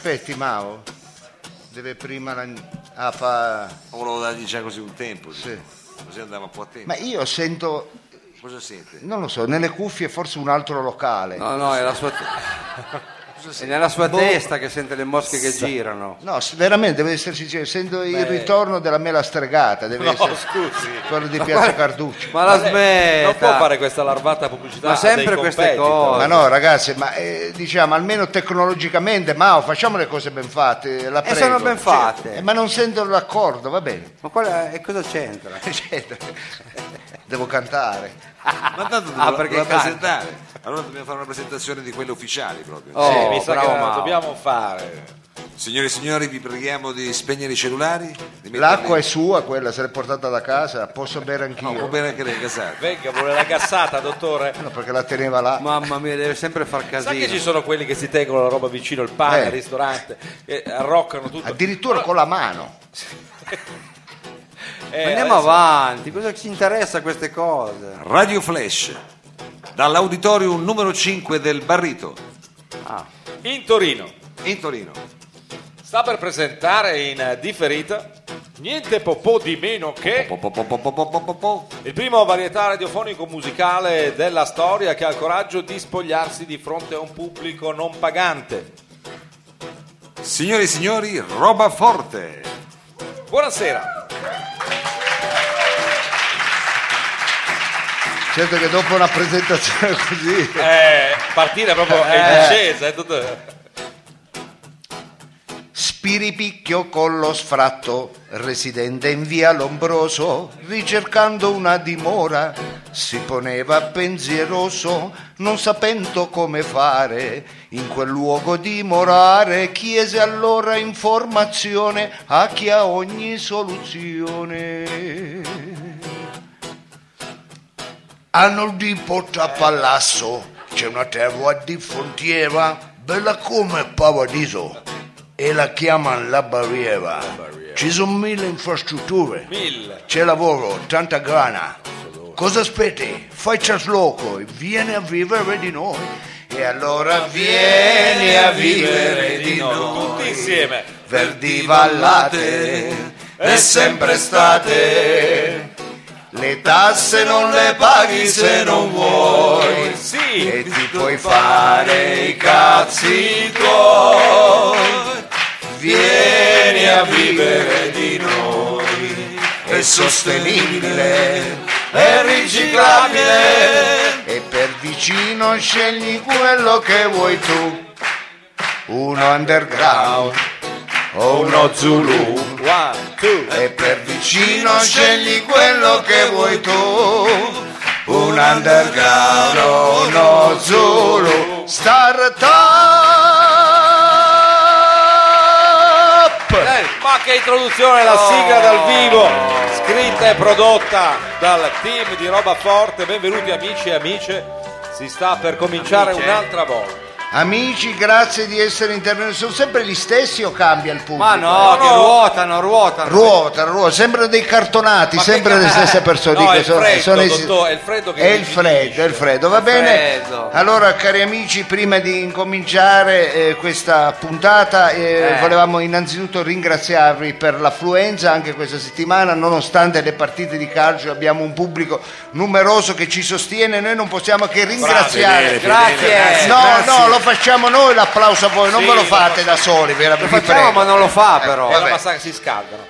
Aspetti, Mao. Deve prima volevo dargli già così un tempo. Sì. Così andava un po' a tempo. Ma io sento... Cosa sente? Non lo so, nelle cuffie forse un altro locale. No, è la sua... È nella sua testa che sente le mosche che girano. No, veramente deve essere sincero, sento il ritorno della mela stregata, deve essere scusi. quello di Piazza Carducci. Ma la smetta! Non può fare questa larvata pubblicità. Ma sempre dei queste competitor. cose. Ma no, ragazzi, ma diciamo almeno tecnologicamente, Mao, facciamo le cose ben fatte, la prego. sono ben fatte. Ma non sento l'accordo, va bene. Ma cosa c'entra? Devo cantare. Ma tanto perché dobbiamo canta. presentare. Allora dobbiamo fare una presentazione di quelle ufficiali proprio. Oh, Sì, mi sa bravo che la Mao. dobbiamo fare. Signore e signori, vi preghiamo di spegnere i cellulari. Di L'acqua è metterli... sua, quella se l'è portata da casa, posso bere anch'io. No, può bene anche lei, casate. Venga, vuole la cassata, dottore. No, perché la teneva là. Mamma mia, deve sempre far Sa che ci casino. sono quelli che si tengono la roba vicino al pane, al Eh. ristorante, che arroccano tutto. Addirittura con la mano. Andiamo adesso- avanti, cosa ci interessa queste cose? Radio Flash, dall'auditorium numero 5 del Barrito, In Torino in Torino. sta per presentare in differita niente po' di meno che il primo varietà radiofonico musicale della storia che ha il coraggio di spogliarsi di fronte a un pubblico non pagante. Signore e signori, roba forte. Buonasera. Certo che dopo una presentazione così... Partire proprio in discesa, è tutto... Spiripicchio con lo sfratto, residente in via Lombroso, ricercando una dimora, si poneva pensieroso, non sapendo come fare, in quel luogo dimorare, chiese allora informazione a chi ha ogni soluzione. Hanno di Porta Palazzo, c'è una terra di frontiera, bella come Paradiso, e la chiamano la barriera. Ci sono 1000 infrastrutture, 1000. c'è lavoro, tanta grana. Cosa aspetti? Fai trasloco e vieni a vivere di noi. E allora vieni a vivere di noi. Tutti insieme. Verdi vallate è sempre estate. Le tasse non le paghi se non vuoi, Sì. e ti puoi fare i cazzi tuoi. Vieni a vivere di noi, è sostenibile, è riciclabile, e per vicino scegli quello che vuoi tu, uno underground o uno Zulu. 1, 2. E per vicino scegli quello che vuoi tu, un underground o uno Zulu. Startup! Ma che introduzione, la sigla dal vivo, scritta e prodotta dal team di Roba Forte. Benvenuti amici e amiche, si sta per cominciare un'altra volta. Amici, grazie di essere intervenuti. Sono sempre gli stessi o cambia il pubblico? Ma no, che ruotano. Ruotano, sembrano dei cartonati, Ma sempre che le stesse persone. No, Dico, è il freddo, dottore, è il freddo che è il irrigidisce. freddo, va bene? freddo. Allora, cari amici, prima di incominciare questa puntata, volevamo innanzitutto ringraziarvi per l'affluenza anche questa settimana, nonostante le partite di calcio abbiamo un pubblico numeroso che ci sostiene, noi non possiamo che ringraziare. Grazie. No, lo facciamo noi l'applauso a voi, non Sì, ve lo fate da soli, Lo vi facciamo prego. ma non lo fa però. vabbè. Ma sa che si scaldano.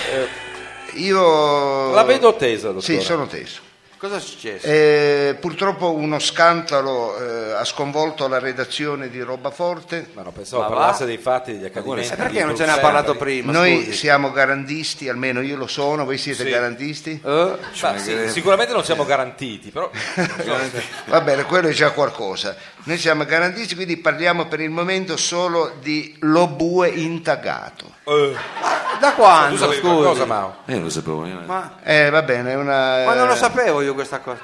Io La vedo tesa, dottore. Sì, sono teso. Cosa è successo? Purtroppo uno scandalo ha sconvolto la redazione di Roba Forte. Ma no, pensavo Ma parlasse dei fatti degli accadimenti. Perché non di ce ne ha Bruxelles. parlato prima? Noi scusi? siamo garantisti, almeno io lo sono, voi siete Sì. garantisti? Ma sì, sicuramente non siamo garantiti, però Va bene, quello è già qualcosa. Noi siamo garantisti, quindi parliamo per il momento solo di Lo Bue Intagato. Da tu quando, sapevi scusi? qualcosa, Mao? Io lo sapevo. Ma Va bene, è una... non lo sapevo io questa cosa.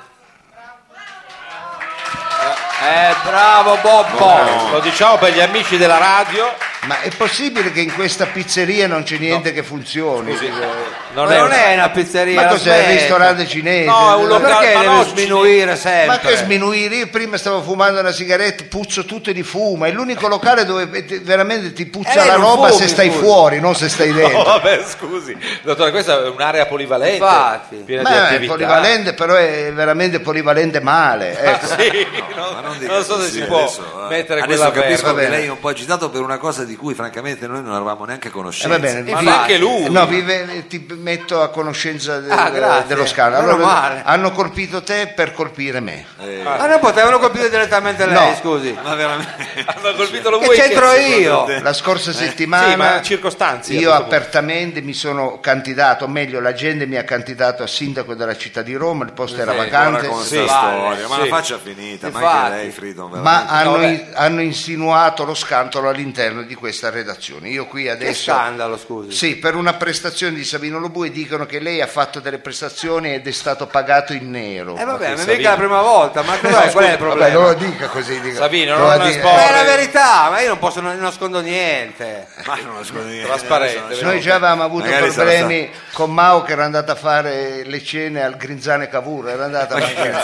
Bravo Bobbo. Lo diciamo per gli amici della radio, Ma è possibile che in questa pizzeria non c'è niente che funzioni? Scusi, Non è una pizzeria. Ma la cos'è, il smetta. ristorante cinese? No, è un locale. Perché Ma deve no, sminuire sempre? Ma che sminuire? Io prima stavo fumando una sigaretta, puzzo tutte di fumo. È l'unico locale dove veramente ti puzza lei la non roba fumi, se stai scusi. fuori, non se stai No, dentro. vabbè, scusi, dottore, questa è un'area polivalente, Infatti. piena di Ma è attività. polivalente, però è veramente polivalente male. Ecco. Sì, Ma non dica non so se così si può adesso, mettere adesso quella capisco verba. Va che bene. lei è un po' agitato per una cosa di cui francamente noi non eravamo neanche a conoscenza. Va bene, Ma vi- neanche lui. No, ti metto a conoscenza grazie. dello scandalo. Meno Allora, male. hanno colpito te per colpire me. Ma non potevano colpire direttamente lei, No. scusi. Ma veramente. Hanno colpito lo Che vuoi c'entro io? La scorsa Sì, settimana ma circostanze. io apertamente mi sono candidato, o meglio la gente mi ha candidato a sindaco della città di Roma, il posto era Guarda vacante, con Sì. sta storia, ma Sì. la faccia finita, ma Infatti. anche lei Freedom ma veramente. hanno insinuato lo scandalo all'interno di questa redazione. Io qui Che adesso... scandalo, scusi. Sì, per una prestazione di Savino Lobue dicono che lei ha fatto delle prestazioni ed è stato pagato in nero. Vabbè, che non è Savino- mica la prima volta, ma qual è il Vabbè, problema? non lo dica così. Dica. Savino, Lo non dica. esporre. Ma è la verità, ma io non nascondo niente. Ma non nascondo niente. Trasparente. Adesso- Noi già avevamo avuto Magari problemi con Mao che era andato a fare le cene al Grinzane Cavour, era andato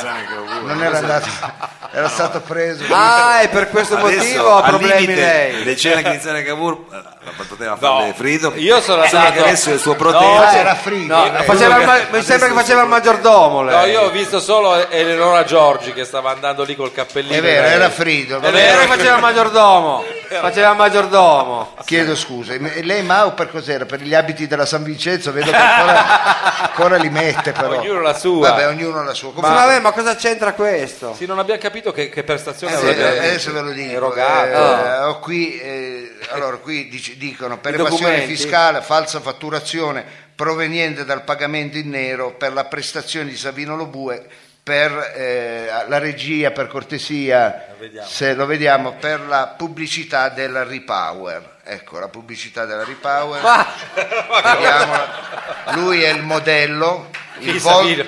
non era andato, era stato preso. Ah, e per questo Adesso, motivo ha al problemi limite, lei. le cene che iniziano a Cavour la poteva No, fare Freedom. io sono Solo andato- che adesso è il suo Ah, protetto. era Frido. No, mi sembra che faceva il maggiordomo lei. No, io ho visto solo Eleonora Giorgi che stava andando lì col cappellino. È vero, lei. era Frido. È vero che faceva il maggiordomo. Faceva il maggiordomo. Chiedo scusa, e lei Mao per cos'era? Per gli abiti della San Vincenzo? Vedo che ancora li mette però. Ognuno la sua. Vabbè, ognuno la sua. Ma vabbè, ma cosa c'entra questo? Sì, non abbiamo capito che prestazione Sì, avrebbe adesso ve lo dico. erogato. Ho qui, allora, qui dicono per I evasione documenti? fiscale, falsa fatturazione proveniente dal pagamento in nero per la prestazione di Savino Lobue per la regia, per cortesia, se lo vediamo, per la pubblicità della Repower. Ecco, la pubblicità della Repower. Vediamola. Lui è il modello, il, Chi, vol- Savino?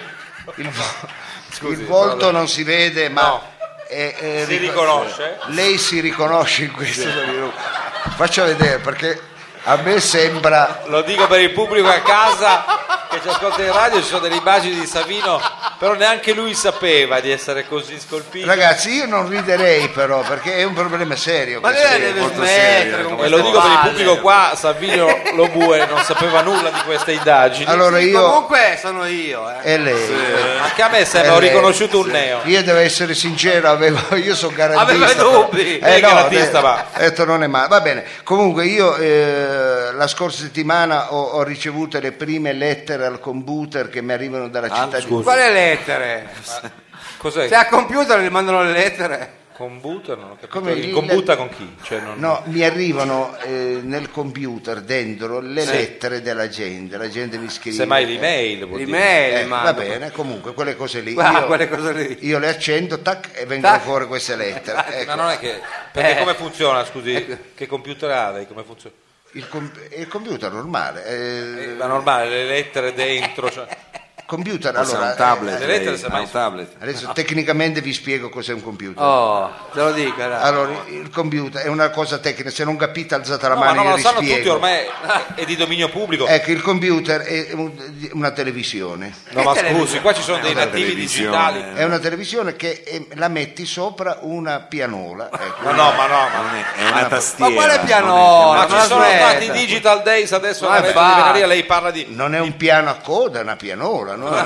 il volto non si vede, ma No. si riconosce? Lei si riconosce in questo. Faccio vedere perché a me sembra. Lo dico per il pubblico a casa che ci ascolta in radio, ci sono delle immagini di Savino, però neanche lui sapeva di essere così scolpito. Ragazzi, io non riderei però perché è un problema serio. Ma questo. lei deve molto smettere serio, con E queste lo dico per il palle. pubblico qua, Savino Lobue non sapeva nulla di queste indagini. Allora io Comunque sono io, e lei. Anche a me sembra, ho lei. riconosciuto un neo. Io devo essere sincero, io sono garantista. Aveva però. dubbi. Lei è garantista, ma- ho detto non è male. Va bene. Comunque io la scorsa settimana ho ricevuto le prime lettere al computer che mi arrivano dalla città di Quale lettere? Cos'è? Se a computer gli mandano le lettere. Computer? Non ho capito. Come Il il- computer con chi? Cioè, non... No, mi arrivano nel computer dentro le lettere della gente, la gente mi scrive. Semmai l'email vuol dire. L'email, Va ma bene, comunque quelle cose lì. Ah, io, quelle cose lì. io le accendo, tac, e vengono Tac. fuori queste lettere. Ecco. Ma non è che... Perché come funziona, scusi? Ecco. Che computer ha lei? Come funziona? Il computer normale. Ma normale, le lettere dentro... Cioè... Computer, Forse ha allora. un tablet, le lettere lei, semmai ha un tablet. Adesso tecnicamente vi spiego cos'è un computer. Oh, te lo dico, dai. Allora, il computer è una cosa tecnica, se non capite alzate la No, ma mano no, io lo vi sanno spiego. tutti, ormai è di dominio pubblico. Ecco, il computer è una televisione. No, ma Che scusi, qua ci sono dei una nativi televisione. digitali. È una televisione che la metti sopra una pianola. Ecco. Ma no, ma no, ma... Non è una tastiera. Ma quale non è- pianola? Ma Ma ci sono aspetta. stati i Digital Days adesso Ma alla Reggio infatti. di Venaria, lei parla di... Non è un piano a coda, è una pianola, no?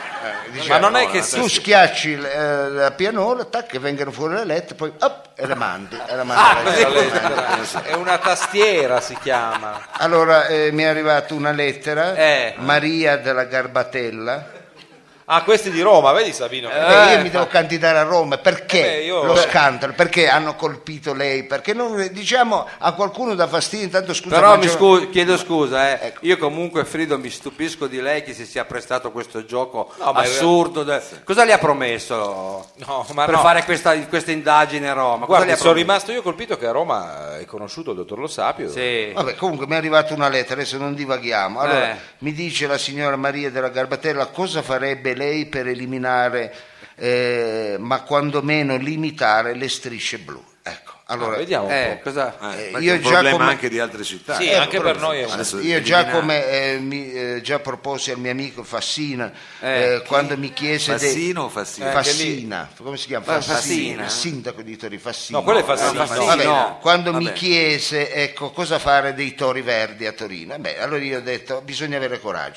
Ma non è che tu schiacci la pianola, tac, che vengono fuori le lettere, poi up, e le mandi. E la mandi è la lettera. È una tastiera, si chiama. Allora mi è arrivata una lettera, Eh. Maria della Garbatella. Ah, questi di Roma, vedi Savino? Io mi devo candidare a Roma, perché io- lo scandalo? Perché hanno colpito lei? Perché non diciamo a qualcuno dà fastidio, intanto scusa. Però ma chiedo scusa, Ecco. io comunque Frido mi stupisco di lei che si sia prestato a questo gioco No, ma assurdo. Cosa le ha promesso No, ma per no. fare questa indagine a Roma? Cosa le Guardi, ha sono promesso? rimasto io colpito che a Roma è conosciuto il dottor Lo Sapio. Sì. Vabbè, comunque mi è arrivata una lettera, adesso non divaghiamo. Allora, Eh. mi dice la signora Maria della Garbatella cosa farebbe lei per eliminare, ma quando meno limitare le strisce blu. Ecco, Allora, vediamo un po'. Cosa... Ma io è un già problema come- anche di altre città. Sì, anche per noi è un... Adesso io già eliminare- come già proposi al mio amico Fassina quando mi chiese Fassino o Fassino? Fassina, come si chiama? Fassina. Il sindaco di Torino, Fassina. No, quello è Fassino. Fassino. Vabbè, No. quando Vabbè. mi chiese cosa fare dei tori verdi a Torino, allora io ho detto bisogna avere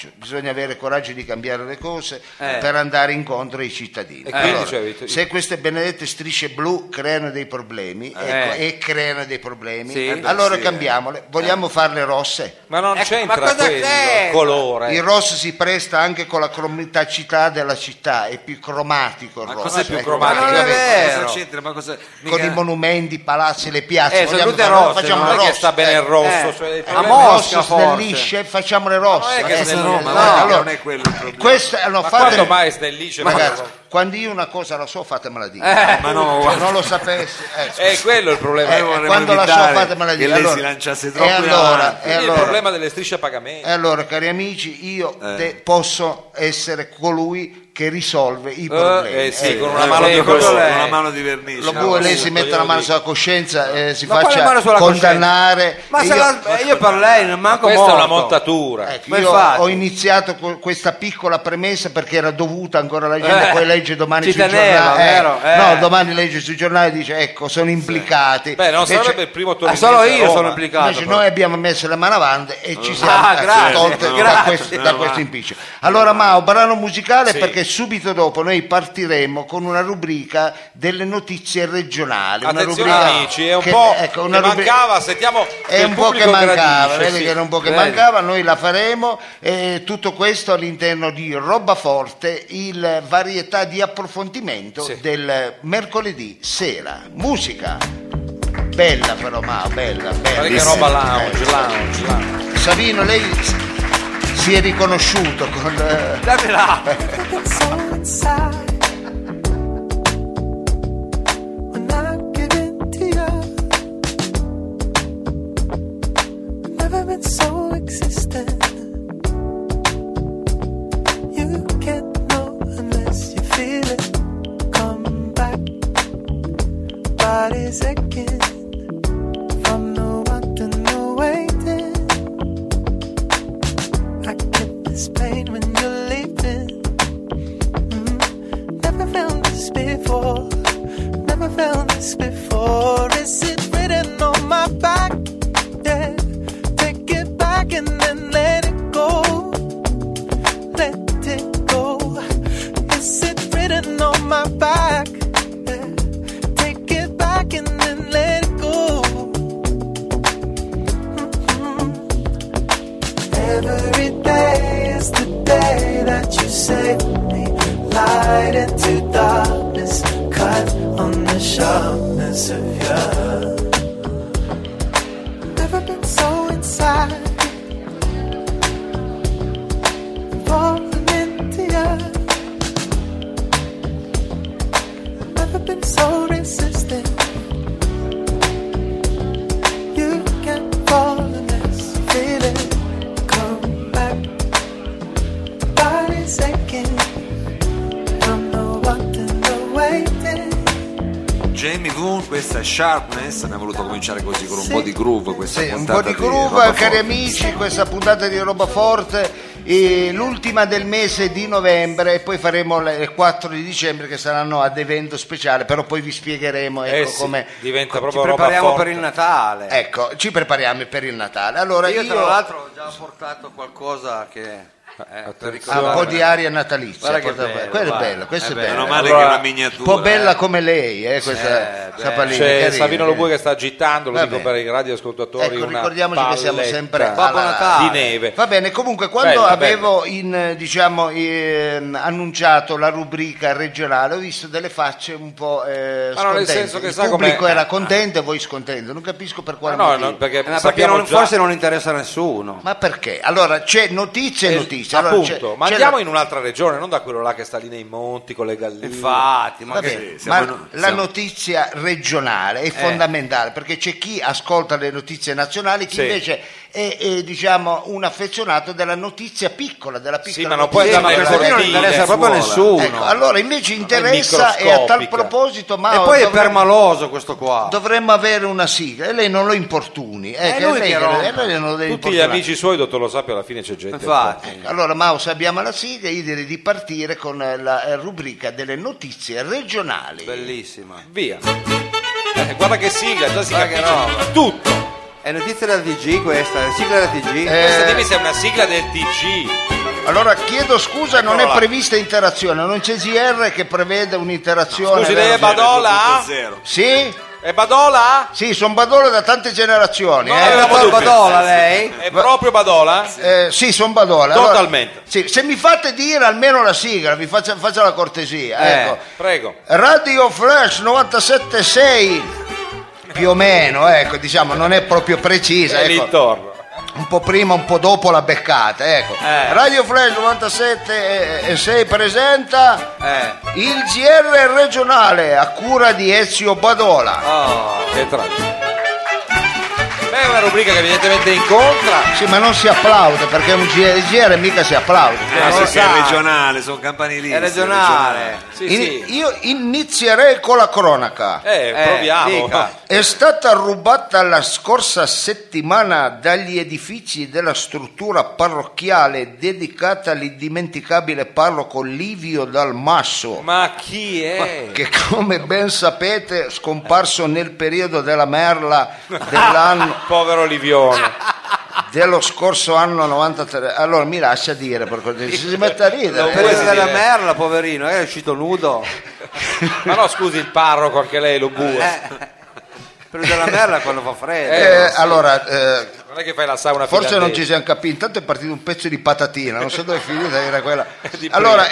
coraggio di cambiare le cose per andare incontro ai cittadini. E quindi, Allora, cioè, se queste benedette strisce blu creano dei problemi e creano dei problemi, Sì. allora Sì, cambiamole, vogliamo farle rosse? Ma non ma c'entra cosa quello, c'entra? il colore. Il rosso si presta anche con la cromaticità della città, è più cromatico il Ma rosso. cos'è più ecco, cromatico? Ma non è praticamente, vero. Cosa c'entra? Ma cosa... con i monumenti, i palazzi, le piazze. sono vogliamo tutte fare- rosse, facciamo non le Non è che rosse. sta bene il rosso, cioè, il A problema- Mosca, rosso forse. snellisce, facciamo le rosse. non è che No, ma No. guarda che non è quello il problema. Questo, Ma fate- quando mai snellisce? ragazzi, quando io una cosa la so, fatemela dire. Ma no, Se guarda, non lo sapessi, È quello il problema. noi vorremmo quando la so, evitare fatemela che dire. lei Allora, si lanciasse troppo e in allora, avanti. Quindi il problema delle strisce a pagamento. E allora, cari amici, io posso essere colui che risolve i problemi. sì, con una Con mano di una mano di vernice. Lo no? vuole, lei si appunto, mette io la mano dico. sulla coscienza, si Ma quale faccia mano sulla condannare. Ma E se io per lei non manco Questa è una morto. montatura. ecco, Ma io infatti. ho iniziato questa piccola premessa perché era dovuta ancora la gente, poi legge domani ci sui teneva, giornali. vero? No, domani legge sui giornali e dice ecco, sono implicati. Beh, non Invece- sarebbe il primo torinese solo a io Roma. sono implicato. Invece però. noi abbiamo messo le mani avanti e ci siamo grazie, tolte grazie. da questo impiccio. Allora Mao, brano musicale Sì. perché subito dopo noi partiremo con una rubrica delle notizie regionali. Una Attenzione rubrica amici, è un che- po' ecco, che una rubrica- mancava, sentiamo è che un il po' che pubblico mancava, gradisce, vedi sì. che era un po' che Vedi. mancava, noi la faremo e tutto questo all'interno di Roba Forte, il varietà di approfondimento Sì. del mercoledì sera. Musica. Bella però Mao, bella. Guarda che roba lounge. Savino, lei si è riconosciuto con... Dammi là. so inside when I give in to you. I've never been so existent. You can't know unless you feel it. Come back, body's aching from the wanting, no waiting. I get this pain when you're leaving. Never felt this before. Never felt this before. Is it written on my back? Yeah. Take it back and then let it go. Let it go. Is it written on my back? Yeah. Take it back and then let it go. Every day is the day that you save me. Light into darkness, cut on the sharpness of you. Never been so inside, falling into you. Never been so resistant. You can't fall unless you feel it. Come back, body's aching from the wanting, the waiting. Jamie Voon, questa è Sharpness. Abbiamo voluto cominciare così con un po' di groove. Questa Sì, un puntata po' di Roba groove, Forte. cari amici, questa puntata di Roba Forte, l'ultima del mese di novembre e poi faremo le 4 di dicembre che saranno ad evento speciale, però poi vi spiegheremo ecco, Sì, come... diventa Ci proprio roba prepariamo forte. per il Natale. Ecco, ci prepariamo per il Natale. Allora Io tra l'altro ho già portato qualcosa che per un po' di aria natalizia. Guarda che porta- bello, quello è guarda. bello, questo è bello. bello. Meno male Allora, che è una Un miniatura. po' bella come lei, questa bello. sapalina. C'è carina, Savino Lo Bue carina. che sta agitando, lo Va dico bene. per i radioascoltatori, Ecco, una ricordiamoci che siamo palletta sempre Babbo Natale. di neve. Va bene, comunque quando Bella, avevo annunciato la rubrica regionale ho visto delle facce un po' Ma no, nel scontente. senso che il sa pubblico com'è? era contento e voi scontenti, non capisco per quale No, motivo. no, perché perché sappiamo già forse non interessa a nessuno. Ma perché? Allora c'è notizie e è notizie. Allora, Appunto, ma andiamo in un'altra regione, non da quello là che sta lì nei monti con le galline. Infatti, ma Vabbè, che... ma la notizia regionale è fondamentale, perché c'è chi ascolta le notizie nazionali, chi Sì. invece è diciamo un affezionato della notizia piccola, della piccola Sì, ma non notizia. puoi andare ma nelle questo qui non cordine, interessa proprio a scuola. nessuno. Ecco, allora invece interessa, e a tal microscopica. proposito, ma E poi è permaloso questo qua. dovremmo avere una sigla e lei non lo importuni. Che lui lei che rompe. lei non lo deve Tutti gli importunare. amici suoi, dottor Lo Sapio, alla fine c'è gente. Infatti. Allora Mao, se abbiamo la sigla, io direi di partire con la rubrica delle notizie regionali. Bellissima. Via. Guarda che sigla, già si Guarda che capisce roba. tutto. È notizia della TG questa, è sigla della TG. Questa dimmi se è una sigla del TG. Allora chiedo scusa, non è Eccola là. prevista interazione, non c'è GR che prevede un'interazione. Scusi, lei è vero? Badola? Sì? È Badola? Sì, sono Badolo da tante generazioni. No, È abbiamo dottor dubbi. Badola lei? È proprio Badola? Sì, sono Badola. Allora, Totalmente. sì, se mi fate dire almeno la sigla, vi faccia la cortesia. Ecco. Prego. Radio Flash 97.6 più o meno, ecco, diciamo, non è proprio precisa. È lì Ecco. intorno. Un po' prima, un po' dopo la beccata, ecco. Radio Flash 97.6 presenta il GR regionale a cura di Ezio Badola. Che tragico. Beh, è una rubrica che evidentemente incontra. Sì, ma non si applaude perché un GR mica si applaude. Ah, lo perché sa. è regionale, sono campanilisti. È regionale. Sì, sì. Io inizierei con la cronaca. Proviamo. dica. È stata rubata la scorsa settimana dagli edifici della struttura parrocchiale dedicata all'indimenticabile parroco Livio Dal Masso, Ma chi è? che come ben sapete scomparso nel periodo della merla dell'anno Povero Livione. dello scorso anno 93. Allora mi lascia dire, per cortesia, si mette a ridere. Per Puoi della dire. merla, poverino, è uscito nudo. Ma no, scusi, il parroco, anche lei lo bue. Per della merla quando fa freddo. Allora, Non è che fai la sauna forse non finlandese. ci siamo capiti, intanto è partito un pezzo di patatina, non so dove è finita, era quella. Di Allora,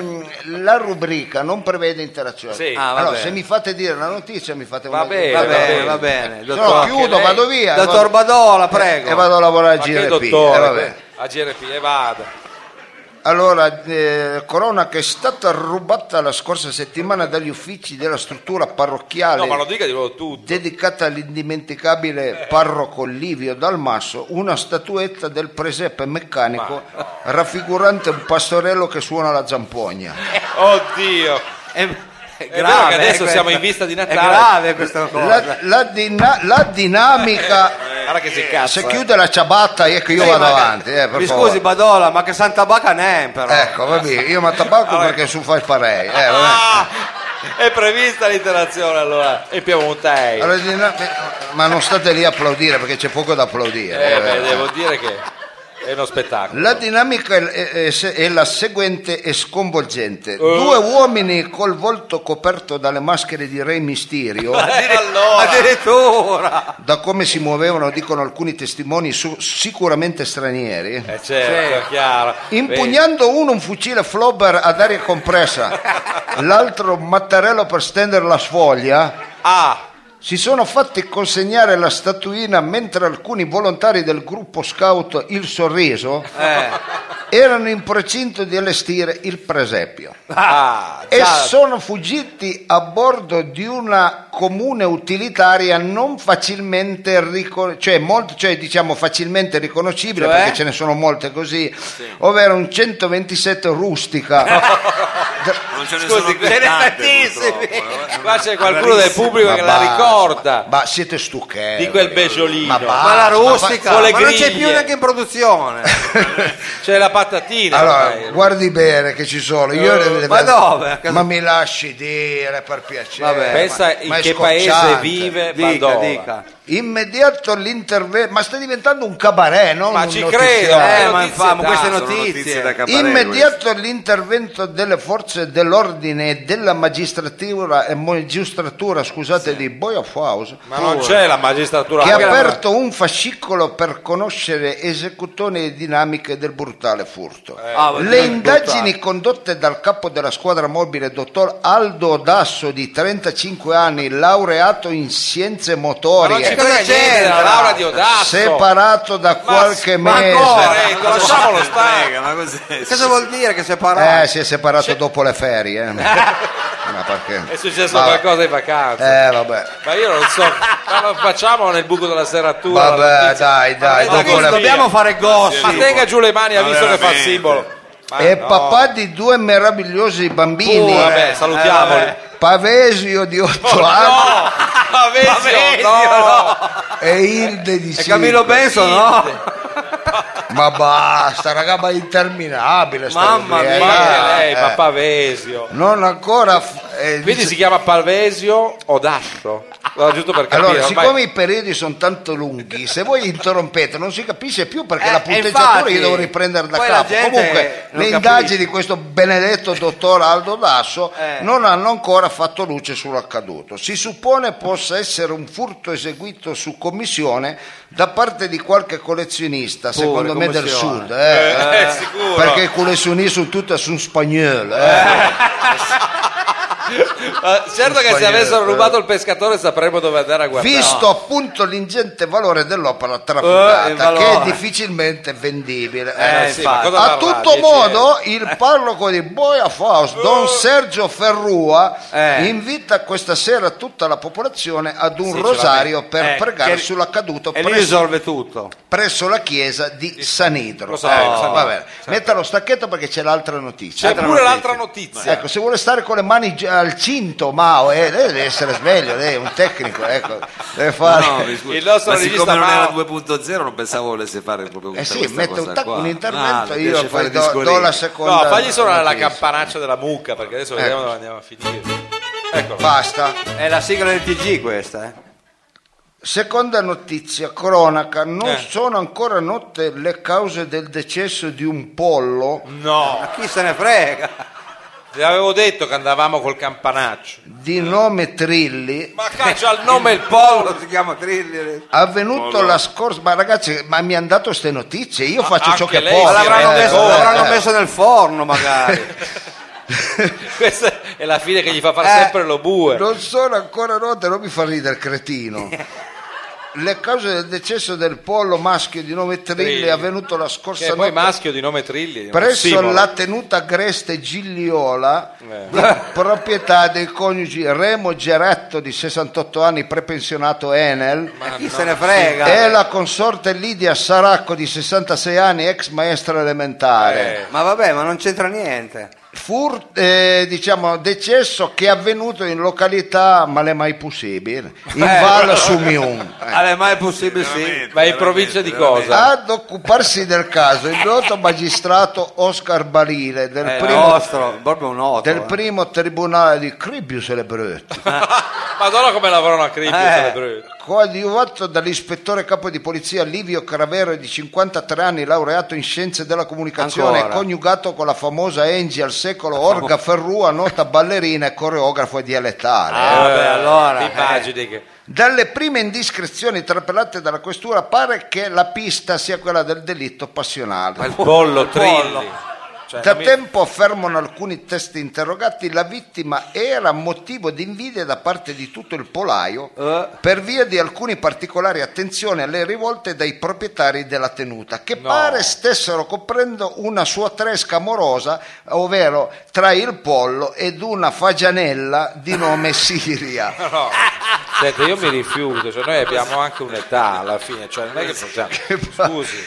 la rubrica non prevede interazione. Sì. Ah, va Allora, bene. se mi fate dire la notizia, mi fate Va una bene, Va bene, bene. va bene. No, Dottor, chiudo, lei- vado via. Dottor Badola, e prego. vado a lavorare a Ma che GRP. dottore? Vabbè. A GRP, e vada. Allora, cronaca, è stata rubata la scorsa settimana dagli uffici della struttura parrocchiale No, ma lo dica di nuovo tutto. dedicata all'indimenticabile parroco Livio Dal Masso, una statuetta del presepe meccanico raffigurante un pastorello che suona la zampogna. Oddio. È vero che adesso questa. siamo in vista di Natale. È grave questa cosa. La dinamica. Guarda che si cazza. Se chiude la ciabatta è che io vado avanti, per Mi favore. scusi Badola, ma che Santa Baca ne è però. Ecco, va bene, io mi tabacco perché su fai parei. Vabbè. Ah, è prevista l'interazione allora. E Piemontei. Allora, ma non state lì a applaudire perché c'è poco da applaudire. Beh, devo dire che è uno spettacolo. La dinamica è la seguente e sconvolgente. Due uomini col volto coperto dalle maschere di Re Mysterio, Allora, Addirittura. da come si muovevano, dicono alcuni testimoni, sicuramente stranieri, certo, è chiaro. impugnando uno un fucile Flobber ad aria compressa, l'altro un mattarello per stendere la sfoglia, Ah, si sono fatti consegnare la statuina mentre alcuni volontari del gruppo scout Il Sorriso erano in procinto di allestire il presepio e già. sono fuggiti a bordo di una comune utilitaria non facilmente diciamo facilmente riconoscibile, Cioè? perché ce ne sono molte così, ovvero un 127 rustica. Non ce ne Scusi, sono più ce ne tante, tantissimi. purtroppo. Qua c'è qualcuno del pubblico che la ricorda Ma siete stucchevoli. di quel beggiolino. Ma va. Ma la ma rustica, con le ma non c'è griglie. più neanche in produzione. C'è la patatina. Allora, ormai. guardi bene che ci sono. Io ma dove? Ma mi lasci dire, per piacere. Vabbè, Pensa in ma è che paese scocciante. vive Dica, Badola. dica. Immediato l'intervento. Ma sta diventando un cabaret, no? Ma Un ci notiziario. credo. Ma notizie infatti, ma queste dà, Sono notizie notizie. da cabaret, Immediato l'intervento delle forze dell'ordine e della magistratura, scusate, di Boia-Faus, Ma non c'è la magistratura. che ha Ma- aperto un fascicolo per conoscere esecuzioni e dinamiche del brutale furto. Le indagini condotte dal capo della squadra mobile, dottor Aldo Dasso, di 35 anni, laureato in scienze Ma non motorie. ci cosa frega niente c'entra? della laurea di Odasso. Separato da qualche mese. Renzo, lasciamolo stare. Ma cos'è? Cosa vuol dire che separato? Si è separato dopo le ferie. Ma perché? È successo Vabbè. qualcosa in vacanza. Vabbè. Ma io non so, ma lo facciamo nel buco della serratura. la Vabbè, notizia. dai, Ma dopo le Dobbiamo fare gossip. Ma tenga giù le mani, ha Ma visto che fa il veramente. simbolo. Ma È no. papà di 2 meravigliosi bambini. Vabbè, salutiamoli. Pavesio di 8 anni Pavesio, no. e Hilde di E 5. Camillo Benso, no? Ma basta, raga, ma è interminabile sta Mamma rubrica, mia. Ma anche lei, eh. ma Pavesio. Non ancora Quindi dice- si chiama Pavesio Odasso. No, giusto per capire. Allora, ormai- siccome i periodi sono tanto lunghi, se voi interrompete non si capisce più perché la infatti, punteggiatura io devo riprendere da poi la capo. gente Comunque, non le capisce. indagini di questo benedetto dottor Aldo Dasso non hanno ancora fatto luce sull'accaduto. Si suppone possa essere un furto eseguito su commissione da parte di qualche collezionista, secondo me del commissione. sud. sicuro. Perché i collezionisti sono tutti su spagnolo. Certo che se avessero rubato il pescatore sapremmo dove andare a guardare. Visto appunto l'ingente valore dell'opera trafugata, il valore. che è difficilmente vendibile. Sì, ma infatti. cosa A varrà? tutto 10 modo, il parroco di Boia Faust, Don Sergio Ferrua, invita questa sera tutta la popolazione ad un rosario per pregare che- sull'accaduto E lui risolve tutto. presso la chiesa di San Idro. Lo sai, lo sai. Va bene. Metta lo stacchetto perché c'è l'altra notizia. C'è pure l'altra notizia. Ecco, se vuole stare con le mani al cinto, Mao, deve essere sveglio, lei è un tecnico, ecco, deve fare. No, mi scusi. Il nostro ma regista siccome non era Mao- 2.0 non pensavo volesse fare proprio tutta sì, questa mette cosa un, tac, qua. un intervento, mi io piace poi fare do discorrini. la seconda. No, fagli suonare la notizia. campanaccia della mucca perché adesso vediamo dove andiamo a finire. Eccolo. Basta. È la sigla del TG questa, eh? Seconda notizia, cronaca, non Eh. sono ancora note le cause del decesso di un pollo No, Ma chi se ne frega? vi avevo detto che andavamo col campanaccio. di nome Trilli, Ma caccia il nome il pollo. Si chiama Trilli. avvenuto la scorsa. Ma ragazzi, ma mi hanno dato queste notizie, io faccio ciò anche che lei posso. Ma si l'avranno, rende messo, conto. l'avranno messo nel forno magari. Questa è la fine che gli fa fare sempre lo bue. Non sono ancora note, non mi fa ridere, cretino. Le cause del decesso del pollo maschio di nome Trilli Trilli. è avvenuto la Che scorsa è poi notte maschio di nome Trilli. presso Simolo. la tenuta agreste Gigliola, di proprietà dei coniugi Remo Geretto di 68 anni, prepensionato Enel, Chi se ne frega? e la consorte Lidia Saracco di 66 anni, ex maestra elementare. Ma vabbè, ma non c'entra niente. Diciamo decesso che è avvenuto in località ma le mai possibile in Val Sumiun. Allora, ma è possibile sì. Ma in provincia di cosa? Ad occuparsi del caso il noto magistrato Oscar Barile del primo Nostro, proprio un noto. del primo tribunale di Cribius e le Brette, Madonna come lavorano a Cribbio. coadiuvato dall'ispettore capo di polizia Livio Cravero di 53 anni, laureato in scienze della comunicazione, Ancora? coniugato con la famosa Angie al secolo Olga Ferrua, nota ballerina e coreografo dialettale. Vabbè, allora. Immagini che... Dalle prime indiscrezioni trapelate dalla questura pare che la pista sia quella del delitto passionale. Il pollo Trilli. Cioè, Da non mi- tempo affermano alcuni testi interrogati la vittima era motivo di invidia da parte di tutto il polaio per via di alcuni particolari attenzioni alle rivolte dai proprietari della tenuta che pare stessero coprendo una sua tresca amorosa, ovvero tra il pollo ed una fagianella di nome Siria. No. Senta, io mi rifiuto, cioè noi abbiamo anche un'età alla fine, cioè non è che possiamo... Scusi,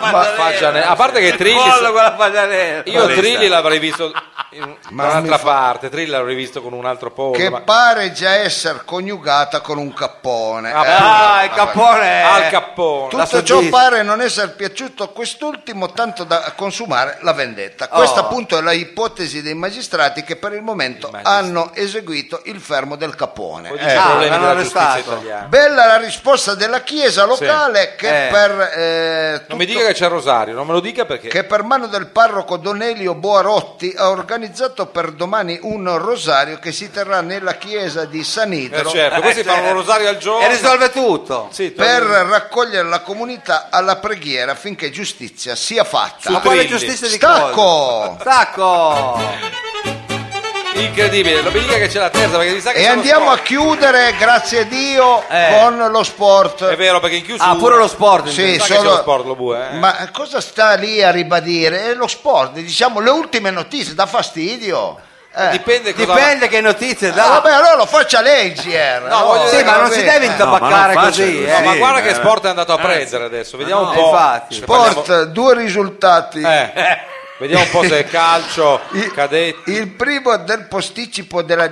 a parte che Trilli... Pollo con la fagianella. Io Trilli l'avrei visto da Ma un'altra mi fa- parte, Trilli l'avrei visto con un altro pollo. Che ma- pare già essere coniugata con un cappone. Ah, il cappone. Al cappone. Tutto ciò pare non essere piaciuto a quest'ultimo tanto da consumare la vendetta. Questa appunto è la ipotesi dei magistrati che per il momento hanno eseguito il fermo del cappone. Poi dice i problemi l'hanno della giustizia arrestato. italiana. Bella la risposta della chiesa locale che Non mi dica che c'è il rosario, non me lo dica perché... che per mano del parroco Donelio Boarotti ha organizzato per domani un rosario che si terrà nella chiesa di San Idro certo, questi fanno un rosario al giorno. E risolve tutto. Sì, per raccogliere la comunità alla preghiera affinché giustizia sia fatta. Ma quale Trilli. giustizia di Stacco! cosa? Stacco! Incredibile, non mi dica che c'è la terza perché mi sa che E sono andiamo a sport. chiudere, grazie a Dio, con lo sport. È vero, perché in chiusura Ah, pure lo sport. Sì, mi sa che c'è lo sport, lo bue, Ma cosa sta lì a ribadire? È lo sport, diciamo le ultime notizie, dà fastidio. Dipende cosa... Dipende che notizie dà. Vabbè, allora lo faccia lei, GR. No, voglio Sì, dire ma che non va si bene. deve intabaccare No, ma non così. faccia No, ma Sì, guarda che eh. sport è andato a prendere adesso, vediamo no, un po'. infatti. Se Sport, due risultati. Vediamo un po' se è calcio, cadetti. Il primo del posticipo della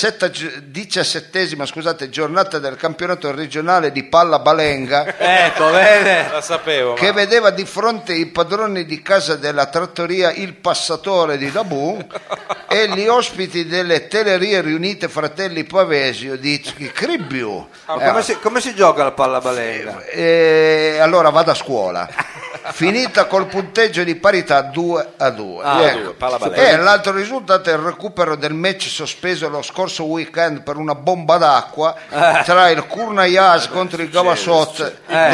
17ª giornata del campionato regionale di palla balenga, Ecco, vede. La sapevo. che ma- vedeva di fronte i padroni di casa della trattoria Il Passatore di Dabù e gli ospiti delle Telerie Riunite Fratelli Pavesio di Cribbiu. Come si gioca la palla balenga? Allora vado a scuola. Finita col punteggio di parità 2-2. palla balenga. E l'altro risultato è il recupero del match sospeso lo scorso weekend per una bomba d'acqua tra il Kurnayas contro il Gavassot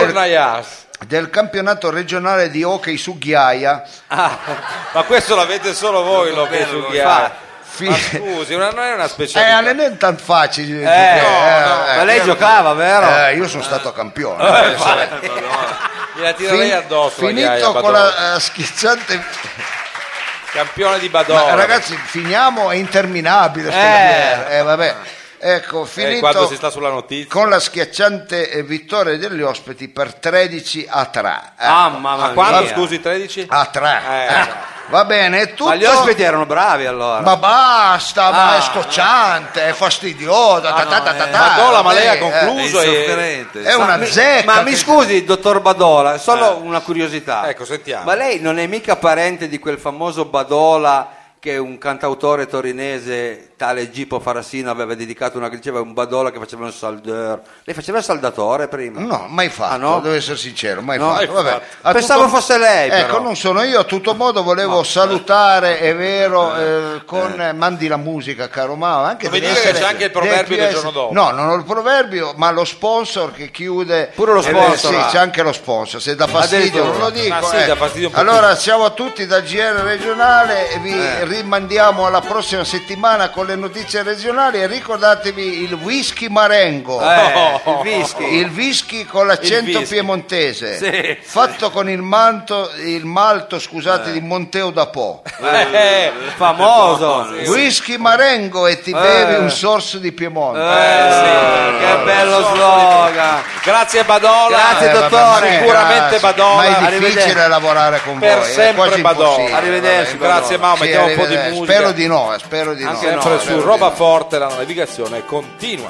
del campionato regionale di hockey su ghiaia. Ma questo l'avete solo voi, lo che su ghiaia. Ma scusi, non è una specialità. Non è tanto facile. Ma lei giocava, vero? Io sono stato campione. Gliela tirerei addosso la ghiaia, Finito con Badola. la schiacciante. Campione di Ma, Badola. ragazzi, finiamo, è interminabile. Vabbè. Ecco, finito quando si sta sulla notizia. con la schiacciante vittoria degli ospiti per 13-3. Mamma Quando, mia. scusi, 13? A 3. Va bene, è tutto. Ma gli ospiti erano bravi allora. Ma basta, ma è scocciante, è fastidioso. Badola, ma lei ha concluso È e... insofferente. È una zecca. Ma mi scusi, dottor Badola, solo una curiosità. Ecco, sentiamo. Ma lei non è mica parente di quel famoso Badola che un cantautore torinese, tale Gipo Farassino, aveva dedicato una che diceva un Badola che faceva un saldeur. Lei faceva il saldatore prima? No, mai fatto, Ah, no? devo essere sincero, mai No, fatto. Vabbè. A Pensavo tutto- fosse lei, Ecco, però. non sono io, a tutto modo volevo salutare, è vero, con mandi la musica, caro Mao. Anche Come deve dire che essere- c'è anche il deve proverbio più del essere- giorno dopo. No, non ho il proverbio, ma lo sponsor che chiude. Pure lo sponsor, Sì, va. c'è anche lo sponsor, se dà fastidio non lo dico. Ah, sì, dà fastidio un po' Allora, siamo a tutti da GR regionale e vi rimandiamo alla prossima settimana con le notizie regionali e ricordatevi il whisky Marengo. Il whisky. Il whisky con l'accento whisky. piemontese, Sì. fatto con il malto di Monteo da Po. Famoso. Whisky Marengo e ti bevi un sorso di Piemonte. Che bello slogan. Grazie Badola. Grazie, Vabbè, dottore. ma Sicuramente ragazzi, Badola. ma è Arrivederci. difficile lavorare con Per voi, è sempre quasi Badola. impossibile. Arrivederci, Vabbè. Grazie Mao, Sì, mettiamo un po' di arrivederci. musica. Spero di no, spero di no. Anche Sempre no, su spero di Roba no. Forte la navigazione continua.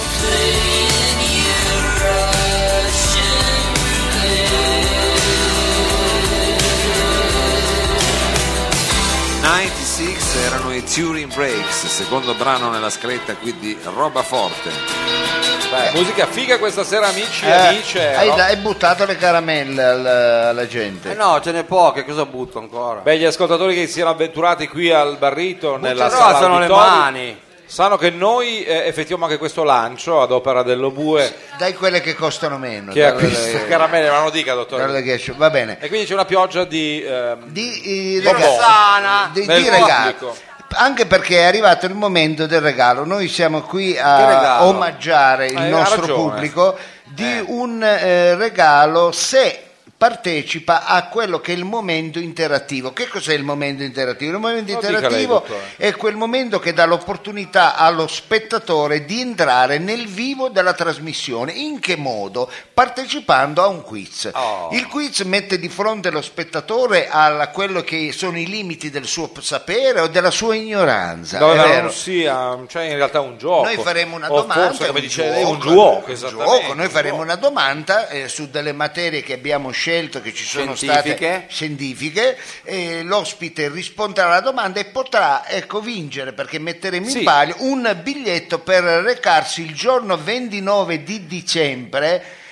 Erano i Turing Breaks, secondo brano nella scaletta qui di Roba Forte. Beh, musica figa questa sera, amici e amiche. Hai buttato le caramelle alla gente. No, ce n'è poche, cosa butto ancora? Beh, gli ascoltatori che si siano avventurati qui al Barrito nella Però sala alzano le auditori, mani. sanno che noi effettuiamo anche questo lancio ad opera dell'Obue Dai quelle che costano meno. che dalle- acquista caramelle, ma non dica dottore. dalle che- Va bene. E quindi c'è una pioggia di Di Bonbon. regali. Sana. Di nel regali. pubblico. Anche perché è arrivato il momento del regalo. Noi siamo qui Che a regalo? omaggiare il Ha nostro ragione. pubblico di un regalo se partecipa a quello che è il momento interattivo. Che cos'è il momento interattivo? Il momento Lo dica lei, interattivo dottore. è quel momento che dà l'opportunità allo spettatore di entrare nel vivo della trasmissione. In che modo? Partecipando a un quiz. Il quiz mette di fronte lo spettatore a quello che sono i limiti del suo sapere o della sua ignoranza. Dove è vero? non sia, cioè in realtà un gioco. Noi faremo una o domanda, forse, come un dice lei, un gioco, gioco, esattamente. Noi faremo una domanda su delle materie che abbiamo scelto, che ci sono state scientifiche, e l'ospite risponderà alla domanda e potrà vincere, perché metteremo in palio un biglietto per recarsi il giorno 29 di dicembre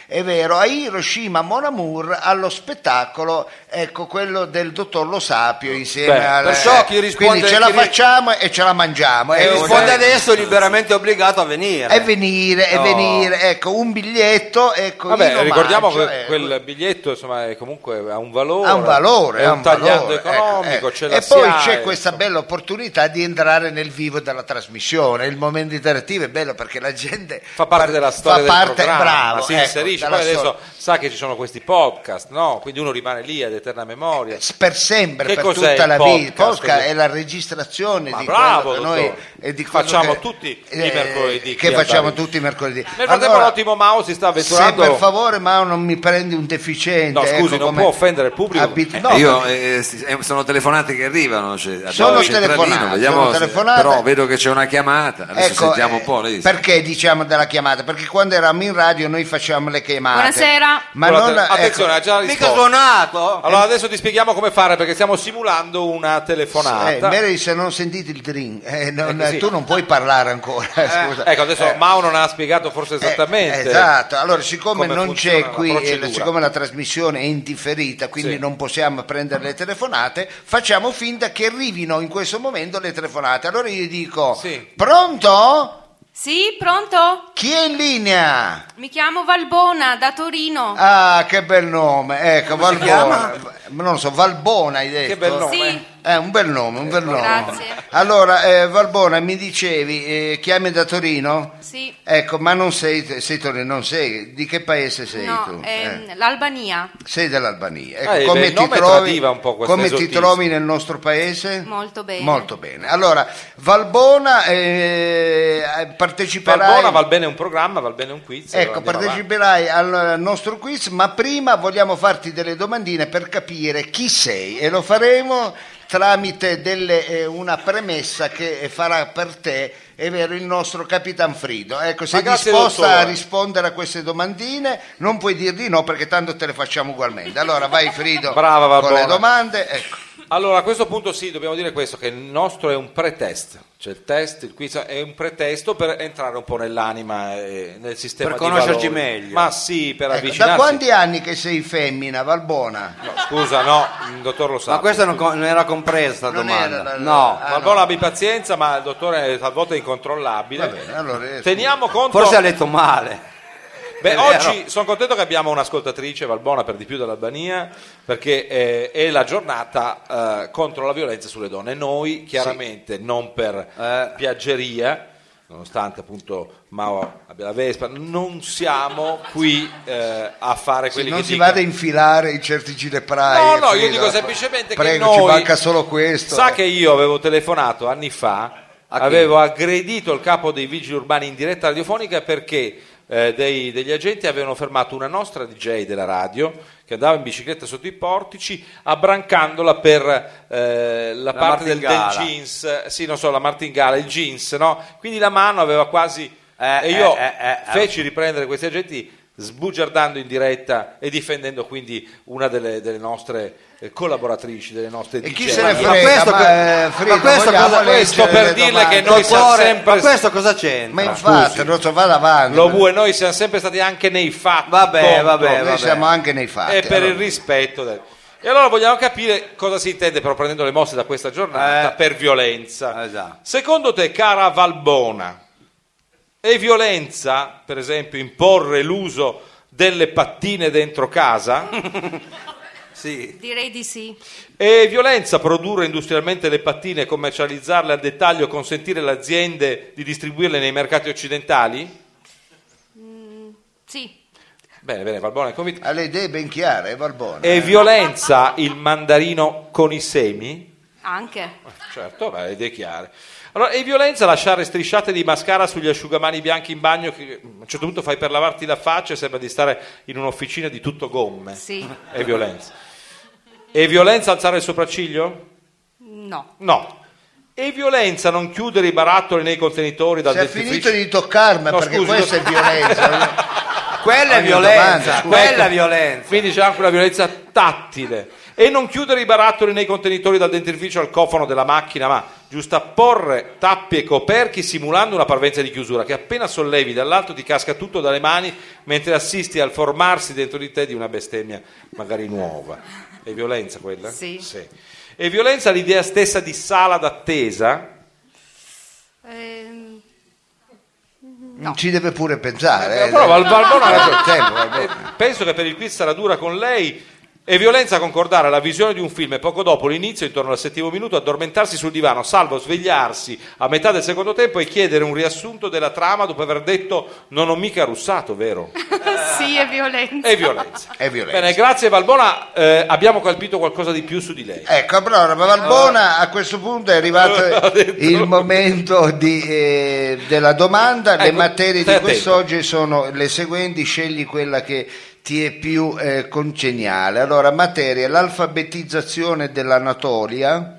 è vero, a Hiroshima Mon Amour allo spettacolo, ecco, quello del dottor Lo Sapio insieme perciò chi risponde, quindi ce la facciamo e ce la mangiamo. E risponde adesso è liberamente obbligato a venire. E venire, ecco, un biglietto, ecco. Vabbè, ricordiamo che ecco. quel biglietto insomma è comunque ha un valore, è un tagliando valore, economico, ecco. c'è la E poi SIAE, c'è questa bella opportunità di entrare nel vivo della trasmissione. Il momento interattivo è bello perché la gente fa parte della storia del programma, bravo, si ecco, inserisce. Poi adesso sa che ci sono questi podcast, no? Quindi uno rimane lì ad eterna memoria per sempre, che per cos'è tutta la podcast? vita. Podcast è la registrazione Ma di bravo, quello che noi facciamo tutti i mercoledì, che facciamo tutti i mercoledì. Nel frattempo l'ottimo Mao si sta avventurando. Se per favore Mao non mi prendi un deficiente, no scusi, ecco, non può offendere il pubblico. Sono telefonate che arrivano, sono telefonate, vediamo però vedo che c'è una chiamata, adesso ecco, sentiamo un po'. Perché diciamo della chiamata? Perché quando eravamo in radio noi facevamo le chiamate. Buonasera. Ma non, attenzione, ha già risposto. Mica suonato. Allora adesso ti spieghiamo come fare, perché stiamo simulando una telefonata. Mary, se non sentite il drink, sì. tu non puoi parlare ancora. Scusa. Ecco, adesso Mao non ha spiegato forse esattamente. Esatto, allora siccome non c'è qui, procedura. siccome la trasmissione è indifferita, quindi non possiamo prendere le telefonate, facciamo finta che arrivino in questo momento le telefonate. Allora io dico, pronto? Sì, pronto? Chi è in linea? Mi chiamo Valbona, da Torino. Ah, che bel nome, ecco, Come si Valbona. Non lo so, Valbona hai detto? Che bel nome. Sì. Un bel nome, un bel nome. Grazie. Allora, Valbona, mi dicevi, chiami da Torino? Sì. Ecco, ma non sei Torino, non sei, di che paese sei No, tu? l'Albania. Sei dell'Albania. Ecco, il come nome ti trovi? tradiva un po' questo Come ti esotismo. trovi nel nostro paese? Molto bene. Molto bene. Allora, Valbona, parteciperai. Valbona, val bene un programma, val bene un quiz. Ecco, parteciperai al nostro quiz, ma prima vogliamo farti delle domandine per capire chi sei e lo faremo tramite una premessa che farà per te, è vero, il nostro Capitan Frido. Ecco, sei disposta a rispondere a queste domandine? Non puoi dir di no perché tanto te le facciamo ugualmente. Allora vai Frido. Brava, con le domande. Ecco. Allora, a questo punto sì, dobbiamo dire questo, che il nostro è un pretest, cioè il test, il quiz è un pretesto per entrare un po' nell'anima e nel sistema per di conoscerci valori. meglio. Ma sì, per Ecco, avvicinarsi. da quanti anni che sei femmina, Valbona? No, scusa, no, il dottor lo sa. Ma questa non era compresa Non domanda. era No. Valbona, abbi pazienza, ma il dottore talvolta è incontrollabile. Va bene, allora, Teniamo conto. Forse ha letto male. Beh, È oggi vero. sono contento che abbiamo un'ascoltatrice, Valbona, per di più dall'Albania, perché è la giornata contro la violenza sulle donne. Noi, chiaramente, non per piaggeria, nonostante appunto Mao abbia la Vespa, non siamo qui a fare quelli non che si dicono. vada a infilare i certi leprai. No, io Frido. dico semplicemente Prego, che ci noi... manca solo questo. Sa che io avevo telefonato anni fa, A chi? avevo aggredito il capo dei vigili urbani in diretta radiofonica perché degli agenti avevano fermato una nostra DJ della radio che andava in bicicletta sotto i portici, abbrancandola per la parte del jeans, sì, non so, la martingala, il jeans, no? Quindi la mano aveva quasi... e io feci riprendere questi agenti sbugiardando in diretta e difendendo quindi una delle nostre collaboratrici, delle nostre DJ. E chi se ne frega? Ma questo cosa- questo per dirle che noi siamo Dottore, sempre... ma questo cosa c'entra? Ma infatti, non so, vada avanti. Lo vuoi, noi siamo sempre stati anche nei fatti. Vabbè, Noi siamo anche nei fatti. E per allora. il rispetto. E allora vogliamo capire cosa si intende, però prendendo le mosse da questa giornata, per violenza. Esatto. Secondo te, cara Valbona, è violenza, per esempio, imporre l'uso delle pattine dentro casa? Sì. Direi di sì. È violenza produrre industrialmente le pattine e commercializzarle al dettaglio, consentire alle aziende di distribuirle nei mercati occidentali? Sì. Bene, Valbona è convinto. Ha le idee ben chiare, Valbona. È violenza il mandarino con i semi? Anche. Certo, le idee chiare. Allora, è violenza lasciare strisciate di mascara sugli asciugamani bianchi in bagno che a un certo punto fai per lavarti la faccia e sembra di stare in un'officina di tutto gomme? Sì. È violenza. È violenza alzare il sopracciglio? No. No. È violenza non chiudere i barattoli nei contenitori dal Se ha dentifricio? finito di toccarmi, No, perché scusi, questa è violenza. Quella è Ogni violenza, domanda, quella Ecco, è violenza. Quindi c'è anche una violenza tattile. E non chiudere i barattoli nei contenitori dal dentifricio al cofano della macchina, ma giustapporre tappi e coperchi simulando una parvenza di chiusura che appena sollevi dall'alto ti casca tutto dalle mani mentre assisti al formarsi dentro di te di una bestemmia magari nuova. È violenza quella? Sì. È violenza l'idea stessa di sala d'attesa? Ci deve pure pensare. Però Valbona ha ragione. Tempo, Valbona. Penso che per il quiz sarà dura con lei. È violenza concordare la visione di un film e poco dopo l'inizio, intorno al 7° minuto, addormentarsi sul divano, salvo svegliarsi a metà del secondo tempo e chiedere un riassunto della trama dopo aver detto non ho mica russato, vero? Sì, è violenza. È violenza. È violenza. Bene, grazie Valbona, abbiamo colpito qualcosa di più su di lei. Ecco, allora Valbona a questo punto è arrivato il momento della domanda. Le Ecco, materie stai di quest'oggi sono le seguenti, scegli quella che ti è più congeniale. Allora, materia, l'alfabetizzazione dell'Anatolia.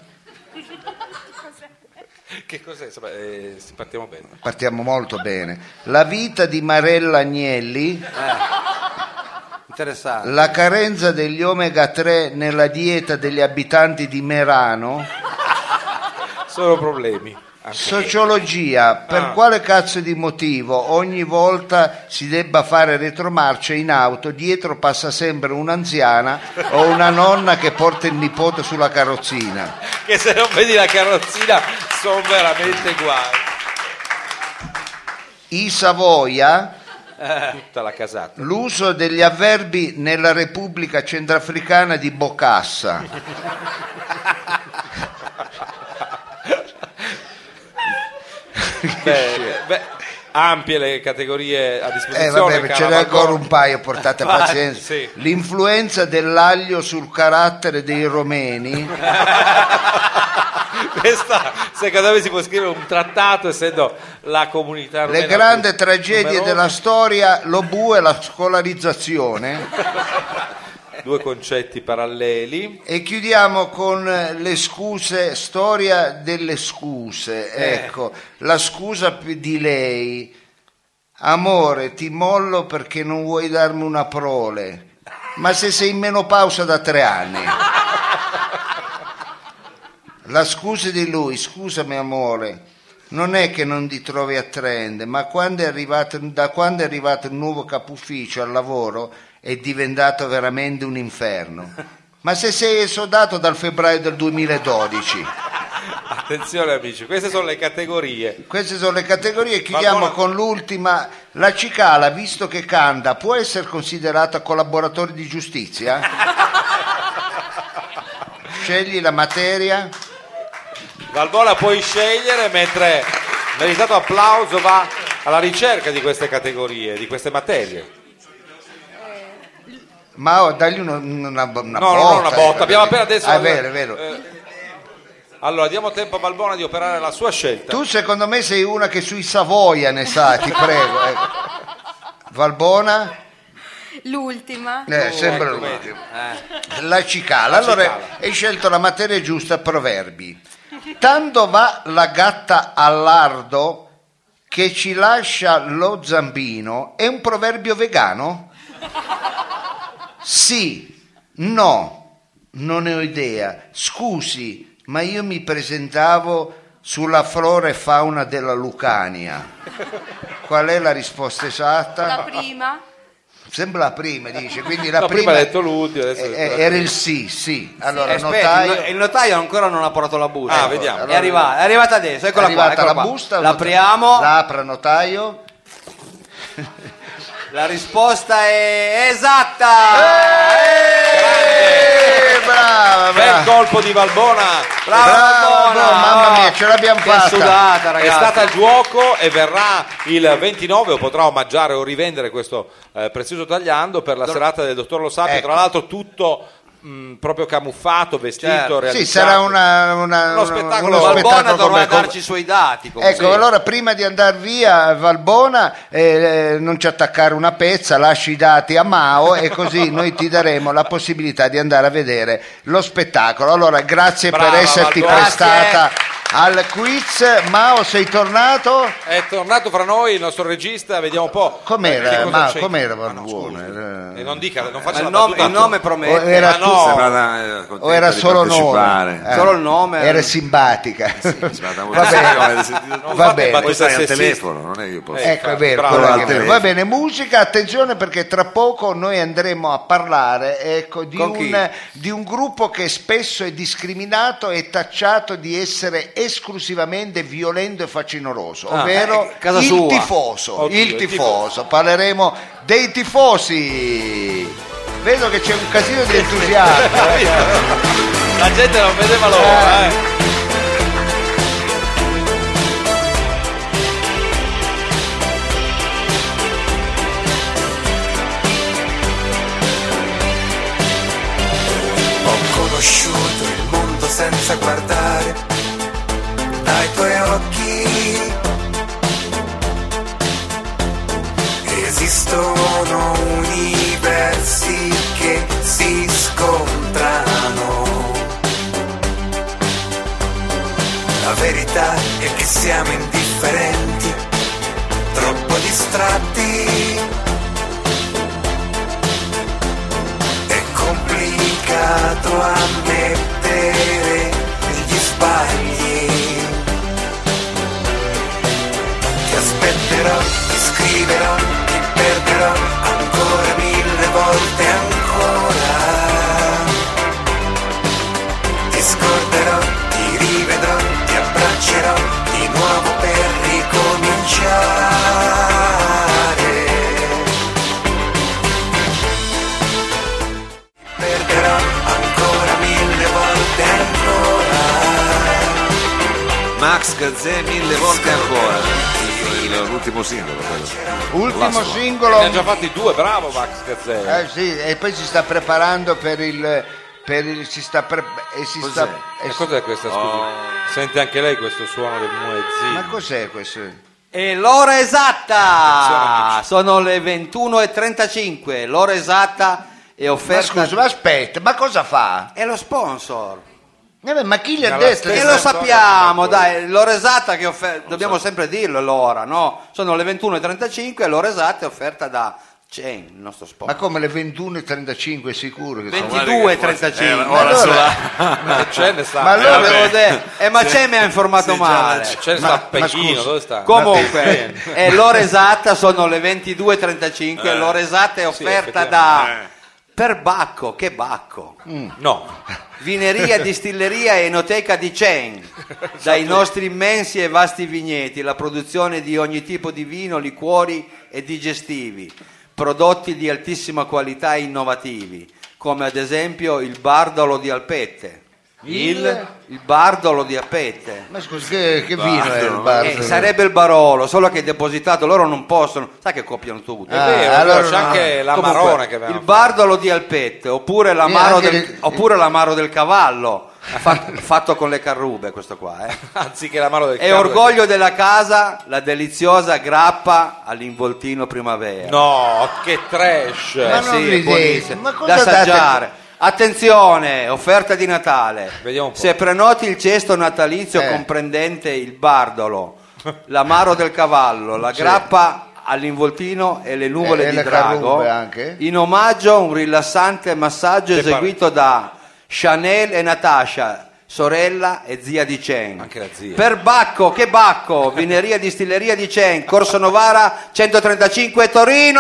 Che cos'è? Insomma, partiamo bene. Partiamo molto bene. La vita di Marella Agnelli. Interessante. La carenza degli omega 3 nella dieta degli abitanti di Merano. Sono problemi. Sociologia, per quale cazzo di motivo ogni volta si debba fare retromarcia in auto, dietro passa sempre un'anziana o una nonna che porta il nipote sulla carrozzina? Che se non vedi la carrozzina sono veramente guai. I Savoia, Tutta la casata. l'uso degli avverbi nella Repubblica Centrafricana di Bokassa. Beh, ampie le categorie a disposizione. Vabbè, ce n'è ancora un paio, portate pazienza. Sì. L'influenza dell'aglio sul carattere dei romeni. Questa, secondo me, si può scrivere un trattato, essendo la comunità Le rumena grandi più tragedie numerosa. della storia, lo bue e la scolarizzazione. Due concetti paralleli. E chiudiamo con le scuse, storia delle scuse. Ecco, la scusa di lei. Amore, ti mollo perché non vuoi darmi una prole. Ma se sei in menopausa da 3 anni. La scusa di lui, scusami amore, non è che non ti trovi attraente, ma da quando è arrivato il nuovo capo ufficio al lavoro è diventato veramente un inferno. Ma se sei esodato dal febbraio del 2012. Attenzione amici, queste sono le categorie. Queste sono le categorie, chiudiamo con l'ultima. La cicala, visto che canta, può essere considerata collaboratore di giustizia? Scegli la materia. Valbona puoi scegliere, mentre meritato applauso va alla ricerca di queste categorie, di queste materie. Ma dagli una botta. No, non una botta, abbiamo appena adesso. È vero, è vero. Allora, diamo tempo a Valbona di operare la sua scelta. Tu secondo me sei una che sui Savoia ne sa, ti prego. Valbona? L'ultima. Sempre ecco, l'ultima. La cicala. Allora cicala. hai scelto la materia giusta, proverbi. Tanto va la gatta al lardo che ci lascia lo zampino. È un proverbio vegano? Sì, no, non ne ho idea. Scusi, ma io mi presentavo sulla flora e fauna della Lucania. Qual è la risposta esatta? La prima. Sembra la prima, dice, quindi la No, prima prima ha detto l'ultimo, adesso ha detto la era il sì. Allora, Aspetta, notaio, il notaio ancora non ha portato la busta. Ah, vediamo. È arrivata adesso, è eccola qua. arrivata eccola la qua. busta, L'apriamo. la apre notaio. La risposta è esatta. Brava, Bel brava. colpo di Valbona. Brava, Brava, Valbona. mamma mia, ce l'abbiamo Che fatta. sudata, È ragazzi. stata il gioco e verrà il 29 o potrà omaggiare o rivendere questo prezioso tagliando per la serata del dottor Lo Sapio. Ecco. Tra l'altro tutto proprio camuffato, vestito, Certo. realizzato. Sì, sarà Uno spettacolo. Valbona dovrà come- darci i suoi dati. comunque. Ecco, allora prima di andare via Valbona, non ci attaccare una pezza, lasci i dati a Mao e così noi ti daremo la possibilità di andare a vedere lo spettacolo. Allora, grazie Brava, per esserti Valbona. prestata al quiz. Mao, sei tornato? È tornato fra noi il nostro regista, vediamo un po'. Com'era? Ma com'era Barbuone? non dica, non faccia Il la nome, battuta. il nome O promette. era, Ma no. o era solo nome? Solo il nome. Era simpatica. Va Va bene. Poi stai al sessista. telefono, non è che io posso. Ecco, è vero, bravo, quello al è vero. telefono. Va bene, musica, attenzione perché tra poco noi andremo a parlare di Con chi? di un gruppo che spesso è discriminato e tacciato di essere esclusivamente violento e facinoroso, ovvero casa il sua. tifoso. Oddio, il il tifoso. Parleremo dei tifosi. Vedo che c'è un casino di entusiasmo. La gente non vedeva l'ora, Ho conosciuto il mondo senza guardare dai tuoi occhi. Esistono universi che si scontrano. La verità è che siamo indifferenti, troppo distratti. È complicato ammettere gli sbagli. Ti aspetterò, ti scriverò, ti perderò ancora 1000 volte ancora. Ti scorderò, ti rivedrò, ti abbraccerò di nuovo per ricominciare. Perderò ancora 1000 volte ancora. Max Gazzè 1000 volte ancora. Questo è l'ultimo singolo. quello. Ultimo Ne singolo. ha già fatti 2, bravo Max Gazzè. Sì, e poi si sta preparando per il si sta E cos'è questa, scusi? Sente anche lei questo suono del muezzino? ma cos'è questo? E l'ora esatta! Attenzione, Sono le 21:35. L'ora esatta è Ma offerta. scusa, ma aspetta, ma cosa fa? È lo sponsor. Ma chi gli ha Dalla detto? E stessa lo storia sappiamo, del dai, l'ora esatta che dobbiamo sempre dirlo l'ora, no? Sono le 21:35 e l'ora esatta è offerta da Chain, il nostro Ma sponsor. come le 21:35 è sicuro che sono? 22:35. Allora- Ce ne sta. Ma allora- Ma Chain mi ha informato male. Ce ne sta a Pechino, scusa. dove sta? Comunque, è l'ora esatta, sono le 22:35 e l'ora esatta è offerta da Per Bacco, che Bacco? No. Vineria, distilleria e enoteca di Chain, dai nostri immensi e vasti vigneti, la produzione di ogni tipo di vino, liquori e digestivi, prodotti di altissima qualità e innovativi, come ad esempio il Bardolo di Alpette. Il Bardolo di Alpette. Ma scusa, che vino è il bar? Sarebbe il Barolo, solo che è depositato, loro non possono, sai che copiano tutto. È vero, allora c'è no. anche la Comunque, Marona che aveva. il Bardolo di Alpette oppure l'amaro, anche oppure l'amaro del cavallo fatto con le carrube, questo qua Anziché la mano del è cavolo. orgoglio della casa, la deliziosa grappa all'involtino primavera. No, che trash. Ma non Sì, è ridete, buonissimo, ma cosa da date? assaggiare. Attenzione, offerta di Natale. Vediamo un po'. Se prenoti il cesto natalizio comprendente il bardolo, l'amaro del cavallo, la grappa all'involtino e le nuvole E di le drago, carrube anche? in omaggio un rilassante massaggio Che eseguito da Chanel e Natasha, sorella e zia di Chen. Anche la zia. Per Bacco, che Bacco, vineria distilleria di Chen, Corso Novara 135 Torino.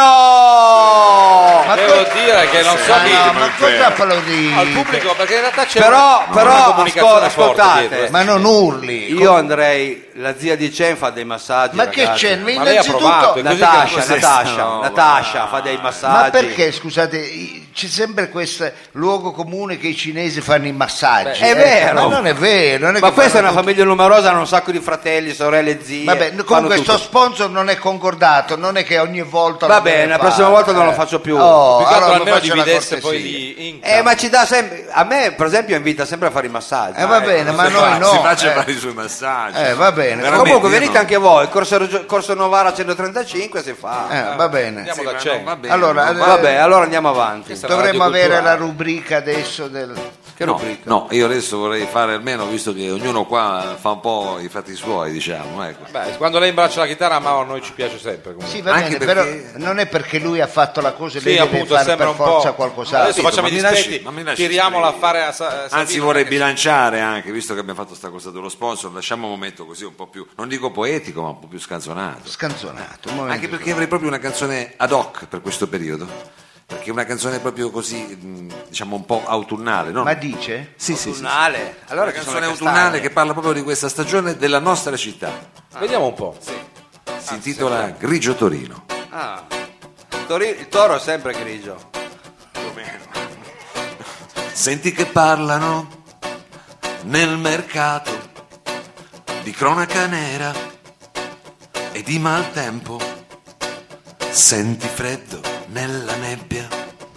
Devo dire che non so Ah, chi no, ma cosa applaudite? al pubblico, perché in realtà c'è Però una comunicazione forte ascoltate, dietro. Ma non urli. io andrei, la zia di Chen fa dei massaggi. Ma che ragazzi. c'è? Ma lei ha provato, Innanzitutto, è così che- Natasha fa dei massaggi. ma perché, scusate, c'è sempre questo luogo comune che i cinesi fanno i massaggi. È vero. Ma non è vero. Non è Ma che questa è fanno una famiglia numerosa, hanno un sacco di fratelli, sorelle, zie. Vabbè, fanno comunque tutto. sto sponsor non è concordato, non è che ogni volta Va lo deve bene, la fare. prossima volta non lo faccio più. Oh, Più che altro allora mi almeno faccia una dividesse cortesia. poi lì in Ma ci dà sempre, a me per esempio invita sempre a fare i massaggi. Va bene, ma noi no. Si faccia fare i suoi massaggi. Va bene. Veramente, Comunque io venite no. anche voi, Corso Novara 135 si fa. Va bene. Andiamo Sì, da ma Chen. non va bene, Allora, non va Vabbè, allora andiamo avanti. Questa è Dovremmo Radio avere la Culturale. rubrica adesso del Che rubrica? No, io adesso vorrei fare almeno, visto che ognuno qua fa un po' i fatti suoi, diciamo, ecco. Beh, quando lei imbraccia la chitarra, ma a noi ci piace sempre. Comunque. Sì, va Anche bene, perché- però non è perché lui ha fatto la cosa e Sì, lei deve appunto, fare sembra per un forza po'. qualcos'altro. Adesso facciamo i Ma mi lasci- dispetti, ma mi lasci tiriamola a spiegare. fare a Sabino. Anzi, vorrei bilanciare anche, visto che abbiamo fatto sta cosa dello sponsor, lasciamo un momento così un po' più, non dico poetico, ma un po' più scanzonato. Scanzonato. un momento Anche perché avrei proprio una canzone ad hoc per questo periodo. Perché è una canzone proprio così, diciamo, un po' autunnale, no? Ma dice? Sì, sì, sì. Autunnale. Allora Una ci sono canzone le autunnale castagne. che parla proprio di questa stagione della nostra città. Vediamo un po'. Si intitola Grigio Torino. Ah. Il toro è sempre grigio. Senti che parlano nel mercato di cronaca nera e di maltempo. Senti freddo nella nebbia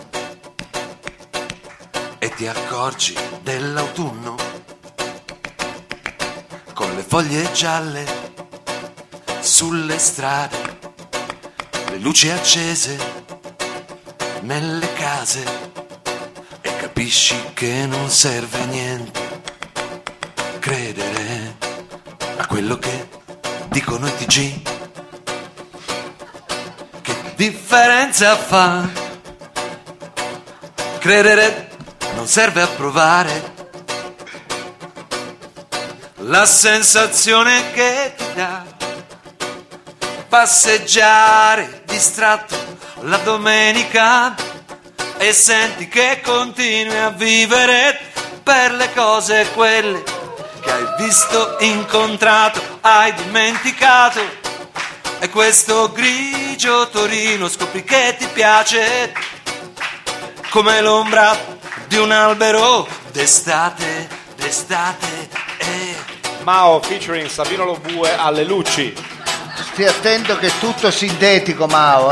e ti accorgi dell'autunno con le foglie gialle sulle strade, le luci accese nelle case e capisci che non serve a niente credere a quello che dicono i TG. Che differenza fa? Credere non serve a provare la sensazione che ti dà passeggiare distratto la domenica e senti che continui a vivere per le cose quelle che hai visto, incontrato, hai dimenticato. E questo grigio Torino scopri che ti piace come l'ombra di un albero d'estate, Mao featuring Sabino Lobue alle luci. Stai attento che è tutto sintetico, Mao,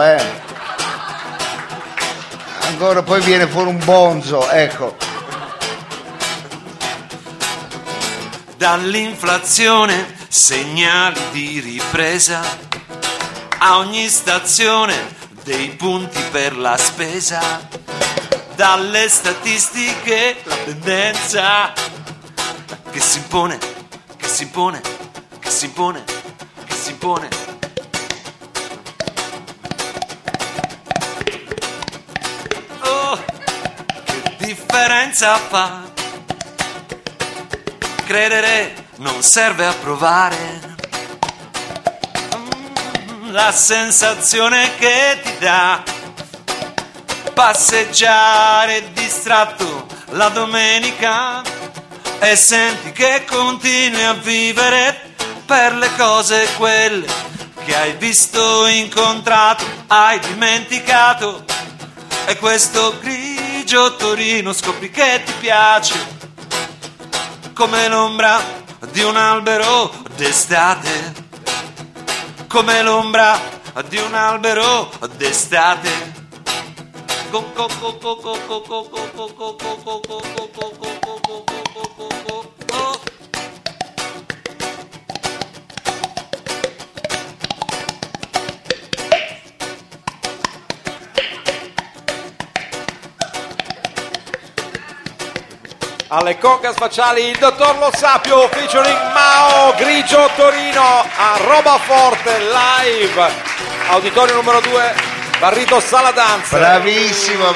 Ancora poi viene fuori un bonzo, ecco. Dall'inflazione segnali di ripresa, a ogni stazione dei punti per la spesa, dalle statistiche la tendenza che si impone, che si impone, che si impone, che si impone. Oh, che differenza fa? Credere non serve a provare la sensazione che ti dà passeggiare distratto la domenica e senti che continui a vivere per le cose quelle che hai visto, incontrato, hai dimenticato. E questo grigio Torino scopri che ti piace come l'ombra di un albero d'estate, come l'ombra di un albero d'estate. Alle congas facciali il dottor Lo Sapio featuring Mao, Grigio Torino a Roba Forte live, auditorio numero 2, Barrito Sala Danza. Bravissimo.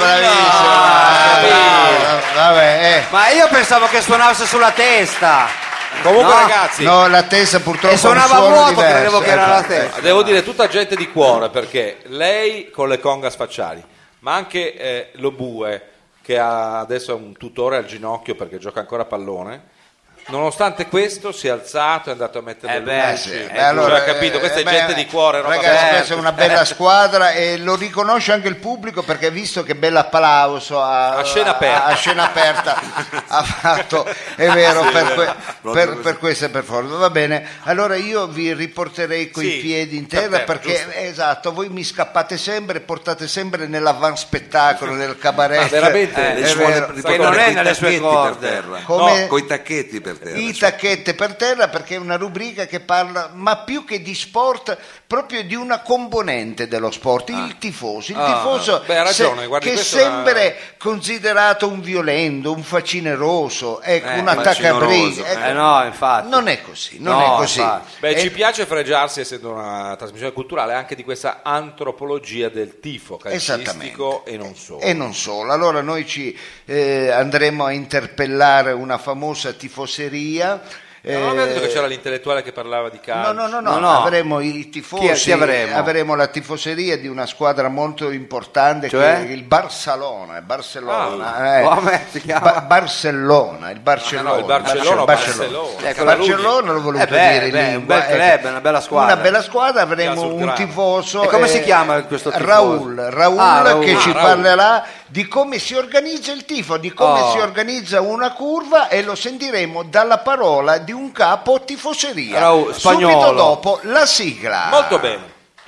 Vabbè, Ma io pensavo che suonasse sulla testa. Comunque No. ragazzi, No, la testa purtroppo E suonava ha un suono vuoto, diverso, credevo che era ecco. la testa. devo dire tutta gente di cuore, perché lei con le congas facciali, ma anche Lobue, che adesso è un tutore al ginocchio perché gioca ancora a pallone, nonostante questo si è alzato, è andato a mettere le beh, luci, sì. cioè, ha capito, questa è gente di cuore, roba Ragazzi, forte. questa è una bella squadra e lo riconosce anche il pubblico perché ha visto che bello applauso A scena aperta. a scena aperta ha fatto, è vero, per questa performance. Va bene, allora io vi riporterei coi Sì, piedi in per terra terra, perché giusto. esatto, voi mi scappate sempre, portate sempre nell'avanspettacolo, nel cabaret. Ma veramente? è Le ci vuole vero. riportare Che non è coi nelle sue tacchetti corde. per terra. Come- Coi tacchetti per i tacchette per terra, perché è una rubrica che parla, ma più che di sport, proprio di una componente dello sport, il tifoso. Il tifoso beh, ha ragione, guardi, che è questo sempre considerato un violento, un facineroso, ecco, un attaccabriga. Ecco. No, infatti. Non è così, non è così. Infatti. Beh, ci piace fregiarsi, essendo una trasmissione culturale, anche di questa antropologia del tifo calcistico e non solo. E non solo. Allora noi ci andremo a interpellare una famosa tifoseria. Non avevo detto che c'era l'intellettuale che parlava di calcio. No. Avremo i tifosi, Chi avremo? Avremo la tifoseria di una squadra molto importante, Cioè? che è il Barcellona. Come si chiama? Barcellona, il Barcellona. il Barcellona. Barcellona l'ho voluto dire in un lingua. bel club, una bella squadra. Una bella squadra, avremo un Azulgrana. tifoso. E come si chiama questo tifoso? Raul, Raul. che ci Raul. parlerà di come si organizza il tifo, di come si organizza una curva, e lo sentiremo dalla parola di un capo tifoseria. Raul, spagnolo. Subito dopo la sigla. Molto bene.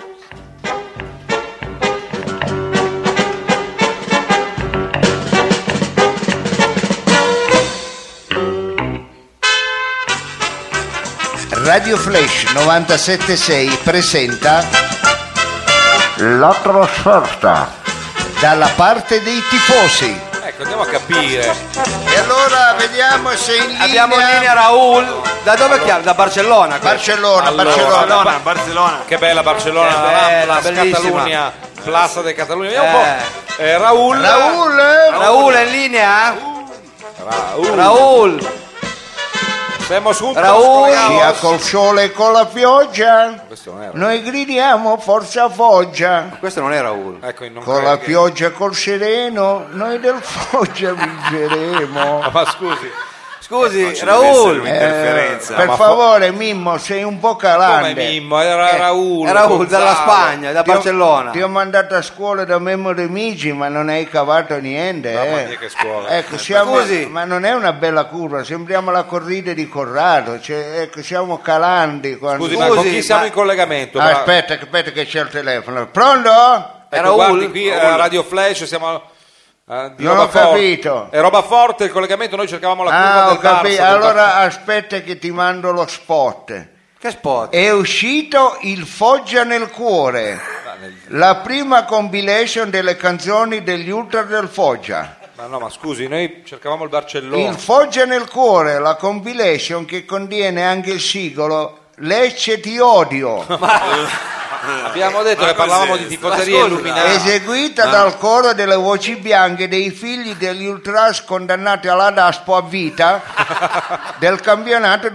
Radio Flash 97.6 presenta La trasferta dalla parte dei tifosi. Ecco, andiamo a capire. E allora vediamo se in linea. Abbiamo in linea Raul. Da dove chiama? Da Barcellona. Barcellona. Barcellona. Che bella Barcellona, Che bella, la bellissima. Catalunya, Plaza de Catalunya. Vediamo un po'. Raul. Raul è in linea? Raul. Siamo su Raul. Sia col sole e con la pioggia, Questo non era. noi gridiamo forza Foggia. Questo non è Raul. Ecco, non Con credo la che- pioggia e col sereno, noi del Foggia vinceremo. Ma scusi, Scusi, Ci Raul. deve essere un'interferenza. Per favore, Mimmo, sei un po' calante. come Mimmo? Era Raul. Raul dalla Gonzalo. Spagna, da Barcellona. Ti ho mandato a scuola da Memo De Migi, ma non hai cavato niente. Mamma mia, che scuola. Ecco, siamo, Scusi. ma non è una bella curva, sembriamo la corrida di Corrado, cioè, ecco, siamo calanti. Quando... Scusi, ma con chi siamo ma- in collegamento? Aspetta che c'è il telefono. Pronto? Ecco, Raul? guardi, qui Radio Flash siamo di Non roba ho forte. capito. È roba forte il collegamento, noi cercavamo la curva Ho del Barça. capito. Allora aspetta che ti mando lo spot. Che spot? È uscito il Foggia nel cuore, la prima compilation delle canzoni degli Ultra del Foggia. Ma no, ma scusi, noi cercavamo il Barcellona. Il Foggia nel cuore, la compilation che contiene anche il singolo Lecce ti odio, Abbiamo detto che parlavamo di tifoserie Ma scusi, illuminate. eseguita dal coro delle voci bianche dei figli degli Ultras condannati alla DASPO a vita del campionato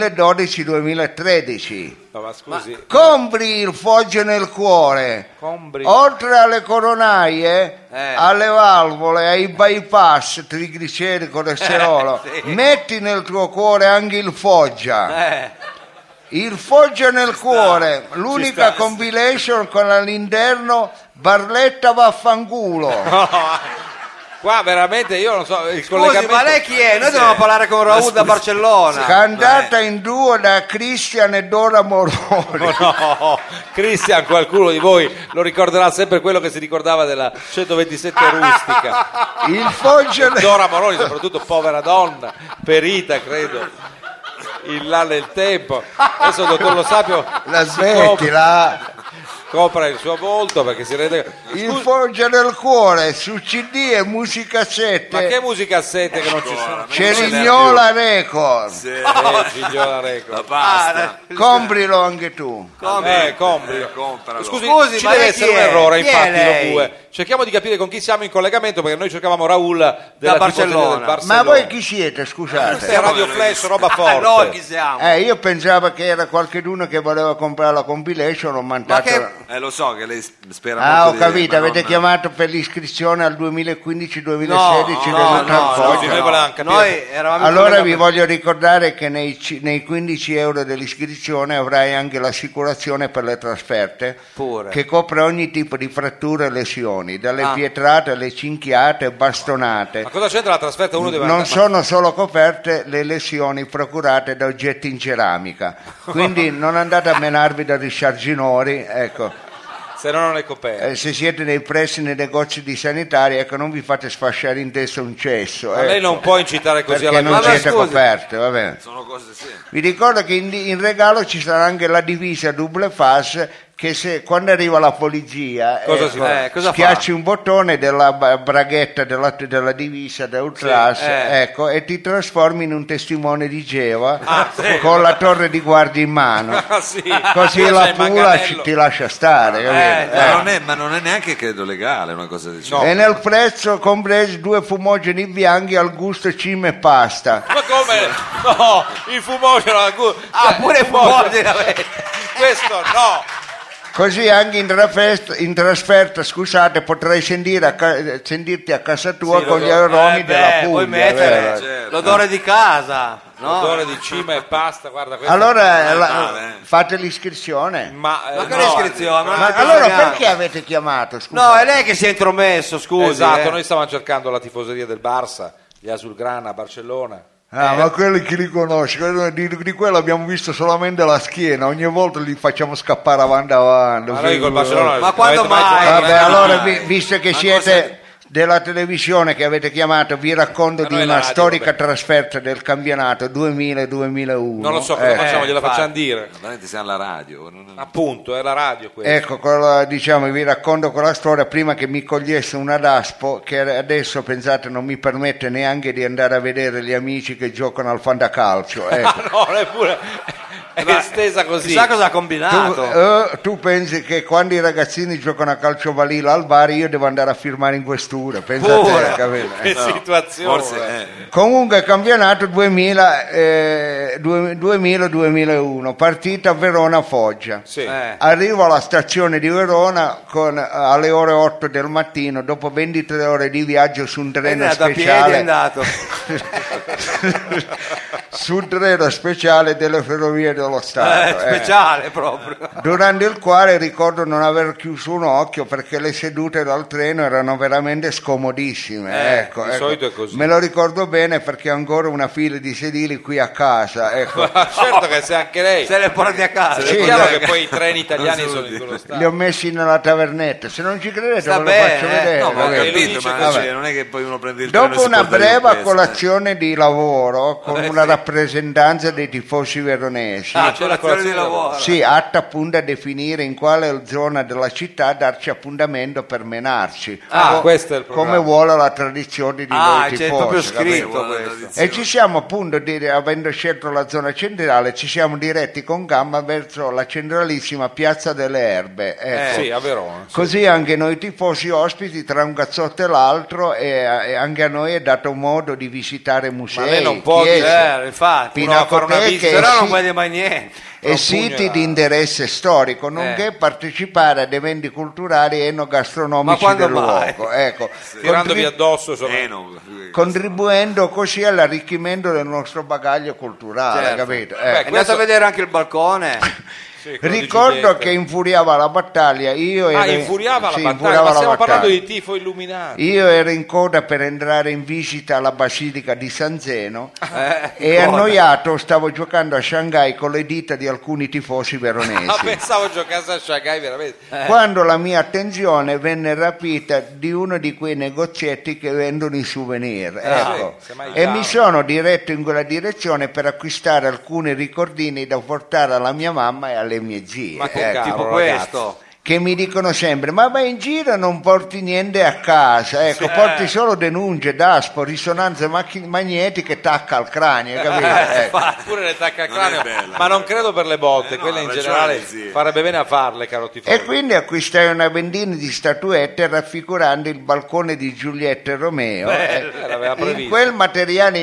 2012-2013. No, ma scusi, Compri il Foggia nel cuore. Combri. Oltre alle coronaie, alle valvole, ai bypass, trigliceri, colesterolo, metti nel tuo cuore anche il Foggia. Il Foggia nel cuore, l'unica compilation con all'interno Barletta vaffanculo. Qua veramente io non so, il Scusi, collegamento. ma lei chi è? Noi dobbiamo parlare con Raul da Barcellona. Cantata in duo da Cristian e Dora Moroni. No, Cristian, qualcuno di voi lo ricorderà sempre quello che si ricordava della 127 rustica. Il Foggia Dora Moroni, soprattutto povera donna, perita, credo, in là nel tempo. Adesso il dottor Lo Sapio la si smettila. copre il suo volto perché si rende. Il Foggia nel cuore su CD e musicassette. Ma che musicassette che non ci sono? Cerignola Records. Gigliola Record. La pasta. Comprilo anche tu. Compri. Compralo. Scusi, Scusi, ci ma deve lei chi essere un è? errore, Chi è infatti, lei? lo bue. Cerchiamo di capire con chi siamo in collegamento perché noi cercavamo Raul della Barcellona. tifoseria del Barcellona. Ma voi chi siete, Questa è scusate? Radio Flash, roba forte. Noi chi siamo? Io pensavo che era qualcuno che voleva comprare la compilation, ho mandato... Lo so che lei spera Ah, molto ho di capito, ma avete non- chiamato per l'iscrizione al 2015-2016 No, dell'Ultra Scusi, Foggia. noi volevamo capire. Noi eravamo in Allora vi collegamento. voglio ricordare che nei 15 euro dell'iscrizione avrai anche l'assicurazione per le trasferte Pure. che copre ogni tipo di fratture e lesioni, dalle pietrate alle cinchiate, bastonate. Ma cosa c'entra la trasferta? Uno deve Non andare- sono solo coperte le lesioni procurate da oggetti in ceramica, quindi non andate a menarvi da risciarginori, ecco. Se no non è coperto. Se siete nei pressi nei negozi di sanitaria, ecco, non vi fate sfasciare in testa un cesso. Ma lei non può incitare così perché alla non violenza. siete coperte, va bene. Sono cose semplici. Vi ricordo che in regalo ci sarà anche la divisa double face, che quando arriva la polizia cosa schiacci un bottone della braghetta della divisa da Ultras, ecco, e ti trasformi in un testimone di Geova con la torre di guardia in mano. Sì. Così C'è la il pula manganello. ti lascia stare, capito? Ma non è neanche, credo, legale una cosa del No. genere. E nel prezzo compresi 2 fumogeni bianchi al gusto cime e pasta. Ma come? No, il fumogeno. Pure fumogeno. Questo no. Così anche in trasferta, scusate, potrai sentirti a casa tua Sì, con gli l'odore- aromi della puoi Puglia. mettere vero? Certo. l'odore di casa, no? Odore di cima e pasta, guarda questo. Allora male. fate l'iscrizione. Ma che no, iscrizione? Ma allora perché avete chiamato? Scusa. No, è lei che si è intromesso, scusi. esatto, noi stavamo cercando la tifoseria del Barça, gli Azulgrana, Barcellona. Ma quelli chi li conosce? Di quello abbiamo visto solamente la schiena, ogni volta li facciamo scappare avanti. Ma noi col Barcellona. Ma quando mai? Vabbè, allora visto che siete della televisione che avete chiamato, vi racconto di noi la una radio, storica vabbè. trasferta del campionato 2000-2001. Non lo so cosa facciamo, gliela infatti. facciamo dire. Veramente siamo alla radio. Appunto, è la radio questa. Ecco, diciamo, vi racconto quella storia prima che mi cogliesse una daspo che adesso, pensate, non mi permette neanche di andare a vedere gli amici che giocano al fantacalcio. Ecco. No, neppure è estesa così. Chissà cosa ha combinato. Tu pensi che quando i ragazzini giocano a calcio valila al bar io devo andare a firmare in questura? Pensate, capito? Che situazione. Forse Comunque campionato 2000-2001, partita Verona-Foggia. Sì. Arrivo alla stazione di Verona alle ore 8 del mattino, dopo 23 ore di viaggio su un treno Da piedi è speciale, andato. su un treno speciale delle ferrovie dello Stato. Speciale proprio. Durante il quale ricordo non aver chiuso un occhio perché le sedute dal treno erano veramente scomodissime. Ecco. solito è così. Me lo ricordo bene perché ho ancora una fila di sedili qui a casa. Ecco. Certo che se anche lei. Se le porti a casa. Sì, È chiaro dai. che poi i treni italiani sono in quello Li stato. ho messi nella tavernetta. Se non ci credete Sta ve lo bene, faccio vedere. no, ma ho capito? capito, dice ma così. cioè, non è che poi uno prende il treno Dopo e si una porta via breve in testa. colazione di lavoro con una rappresentanza dei tifosi veronesi, c'è la colazione di lavoro. sì, atta appunto a definire in quale zona della città darci appuntamento per menarci, questo è il come programma. vuole la tradizione di noi c'è proprio tifosi, capito? scritto Capito? questo. E ci siamo appunto, avendo scelto la zona centrale, ci siamo diretti con gamma verso la centralissima Piazza delle Erbe. Ecco. Sì, a Verona. Così anche noi tifosi ospiti tra un cazzotto e l'altro e anche a noi è dato modo di visitare musei, lei non può chiese, Infatti. Uno va a fare una pinacoteche visita, e Però non si- vede mai niente. e siti di interesse storico, nonché partecipare ad eventi culturali e Ma enogastronomici quando del mai? luogo. Ecco. Tirandovi addosso. Insomma. Contribuendo così all'arricchimento del nostro bagaglio culturale, Certo. capito? È andato questo- a vedere anche il balcone. Sì, quello di Ricordo Giulietta. che infuriava la battaglia. Io ero, infuriava la sì, battaglia, infuriava ma la stiamo parlando battaglia. di tifo illuminato. Io ero in coda per entrare in visita alla Basilica di San Zeno e coda. annoiato stavo giocando a Shanghai con le dita di alcuni tifosi veronesi. Ah, pensavo giocasse a Shanghai veramente. Quando la mia attenzione venne rapita di uno di quei negozietti che vendono i souvenir, ecco. sì, semmai E caro. mi sono diretto in quella direzione per acquistare alcuni ricordini da portare alla mia mamma e alle mie zie. Ma che ecco. caro, Tipo ragazzi. questo. Che mi dicono sempre: ma vai in giro e non porti niente a casa, ecco, porti solo denunce, daspo, risonanze magnetiche, tacca al cranio, capito? Ecco. Pure le tacca al Non è cranio, bella. ma non credo per le botte, no, quelle ha in ragione, generale sì. farebbe bene a farle, caro tifoso. E quindi acquistai una ventina di statuette raffigurando il balcone di Giulietta e Romeo. l'aveva In previsto. quel materiale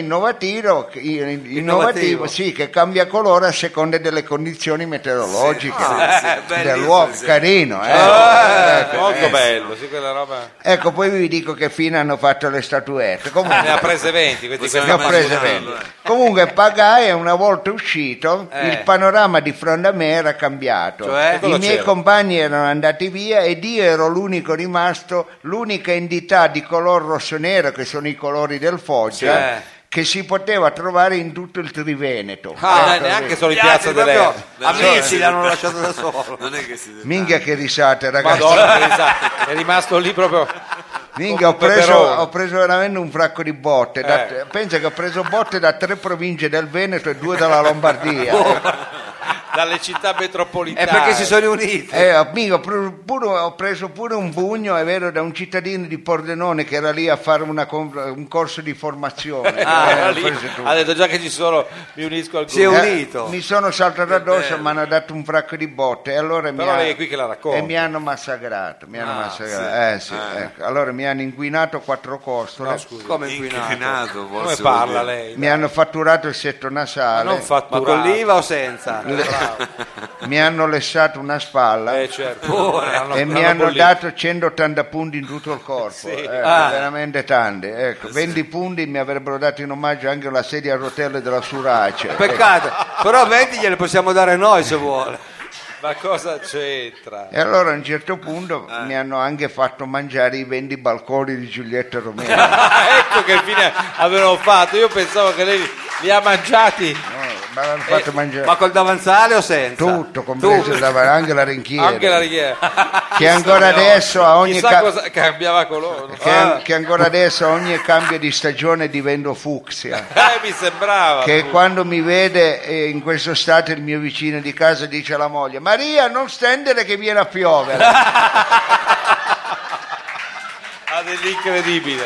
innovativo, sì, che cambia colore a seconda delle condizioni meteorologiche dell'uomo, sì. carino. Molto bello, sì, quella roba. Ecco, poi vi dico che fine hanno fatto le statuette. Comunque, Ne ha prese 20, questi ne ho prese immaginarlo, 20. Comunque pagai e una volta uscito il panorama di fronte a me era cambiato. Cioè? I miei c'era? compagni erano andati via ed io ero l'unico rimasto, l'unica entità di color rosso-nero che sono i colori del Foggia. che si poteva trovare in tutto il Triveneto. Neanche solo in Gli Piazza altri delle proprio amici l'hanno lasciato da solo. Non è che si deve Minchia che risate, ragazzi. Madonna, che risate. È rimasto lì proprio. Minchia, come Peperoni. ho preso veramente un fracco di botte. Pensa che ho preso botte da 3 province del Veneto e 2 dalla Lombardia. Dalle città metropolitane. È perché si sono uniti. Mica, ho preso pure un pugno, è vero, da un cittadino di Pordenone che era lì a fare un corso di formazione. Lì ha detto già che ci sono, mi unisco al Si è gruppo. unito. Mi sono saltato addosso e mi hanno dato un fracco di botte e allora Però lei è qui che la racconta. e mi hanno massacrato. Ecco. Allora mi hanno inquinato 4 costole, No, scusi. Come inquinato? inquinato. Come forse parla vuol dire. lei? mi hanno fatturato il setto nasale, Non Ma fatturato. con l'IVA o senza? mi hanno lessato una spalla Certo. e mi hanno dato 180 punti in tutto il corpo, veramente tanti. Ecco, 20 punti mi avrebbero dato in omaggio anche la sedia a rotelle della Surace. Peccato, però 20 gliele possiamo dare noi se vuole. Ma cosa c'entra? E allora a un certo punto mi hanno anche fatto mangiare i 20 balconi di Giulietta Romero. Ecco che fine avevano fatto. Io pensavo che lei li ha mangiati. Me l'hanno fatto mangiare Ma col davanzale o senza? tutto, compreso anche la rinchiera. Anche la richiesta. Che ancora adesso a ogni Chissà cosa cambiava colore. che ancora adesso a ogni cambio di stagione divento fucsia. Mi sembrava. Che quando mi vede in questo stato il mio vicino di casa dice alla moglie: Maria, non stendere che viene a piovere. Ha dell'incredibile.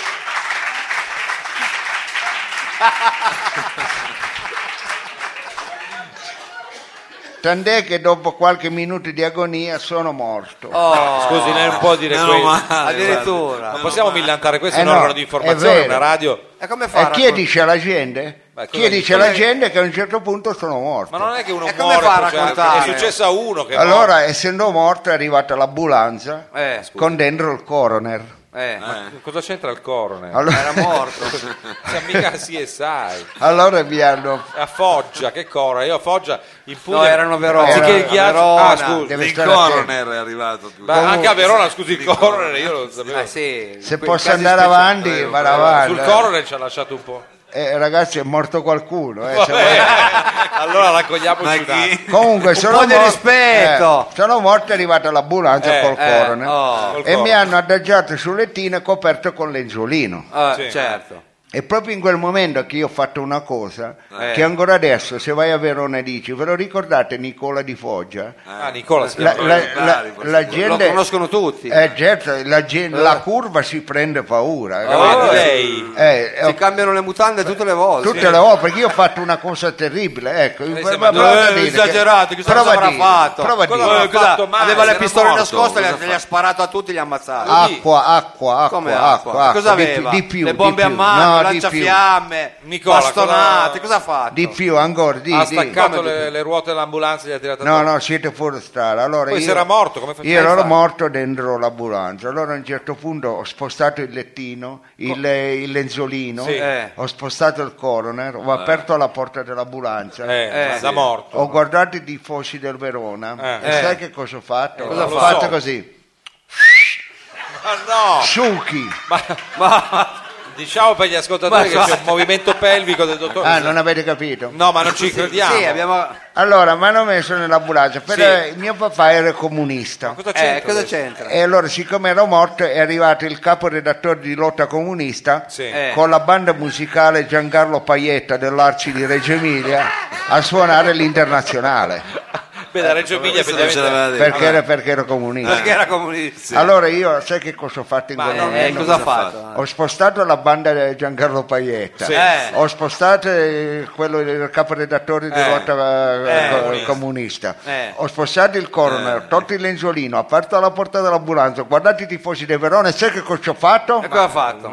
Tant'è che dopo qualche minuto di agonia sono morto. Scusi, lei non può dire Meno questo. male, Addirittura. guarda. Non possiamo millantare, questo è un no, organo di è informazione, vero. una radio. E come fa? E chi dice alla gente? Ma Chi cosa dice dice? alla gente che a un certo punto sono morto? Ma non è che uno E come muore, fa a cioè, raccontare? è successo a uno che Allora, essendo morto, è arrivata l'ambulanza Scusa. con dentro il coroner. cosa c'entra il coroner? Allora, Era morto. Cioè, mica CSI. allora mi hanno... A Foggia, che coroner? Io a Foggia in Puglia. No, erano Verona. Anziché il ghiaccio. Verona. Ah, scusi. Deve Il stare attento. coroner è arrivato più. Ma anche a Verona, scusi, il coroner, io non lo sapevo. Sì. Se Quei posso casi andare speciali. avanti, vado avanti. Sul coroner ci ha lasciato un po'. Ragazzi, è morto qualcuno. Se Allora raccogliamoci Ma un attimo. chi? Comunque sono po' di rispetto. sono morto, è arrivata l'ambulanza col coroner oh. e mi hanno adagiato sul lettino coperto con lenzuolino. Sì. Certo. E proprio in quel momento che io ho fatto una cosa che ancora adesso, se vai a Verona e dici: ve lo ricordate Nicola di Foggia? Nicola si La, chiama. la Lo gente conoscono tutti. certo, la curva si prende paura, Vedi capito? lei. Si cambiano le mutande tutte le volte. Tutte le volte, perché io ho fatto una cosa terribile, ecco. sembra- prova a dire che- esagerato, chissà prova cosa a avrà dire, fatto. prova a Cosa dire. avrà fatto male? Aveva le Era pistole morto, nascoste, cosa le ha sparato a tutti, li ha ammazzati. Acqua, Come acqua? Cosa aveva? di più, le bombe di a più. mano, No, di lanciafiamme, Nicola, bastonate, cosa ha fatto? di più ancora, Ha staccato Come le ruote dell'ambulanza e gli ha tirato No, addosso. no, siete fuori strada. Allora Poi io, se era morto, come faceva? io ero morto dentro l'ambulanza. Allora a un certo punto ho spostato il lettino, il lenzolino, Sì. ho spostato il coroner, ho aperto la porta dell'ambulanza. Da morto. Ho guardato i tifosi del Verona e sai che cosa ho fatto? Cosa Ho lo fatto so. così, Ma no! succhi. Diciamo per gli ascoltatori che c'è un movimento pelvico del dottore. Ah, non avete capito? No, ma non ci crediamo. Sì, abbiamo... Allora, mi hanno messo nell'ambulanza, però mio papà era comunista. Cosa c'entra? cosa adesso? c'entra? E allora, siccome ero morto, è arrivato il caporedattore di Lotta Comunista Sì. con la banda musicale Giancarlo Paietta dell'Arci di Reggio Emilia a suonare l'Internazionale Beh, da Reggio Emilia Questo non ce effettivamente. l'aveva detto. perché ero comunista. Perché era comunista. Allora io, sai che cosa ho fatto in quel momento? Cosa ha fatto? Ho spostato la banda di Giancarlo Paietta, Sì. ho spostato quello il caporedattore di Lotta Comunista, ho spostato il coroner, tolto il lenzolino, aperto la porta dell'ambulanza, guardate i tifosi di Verona e sai che cosa ho fatto? E cosa ha fatto?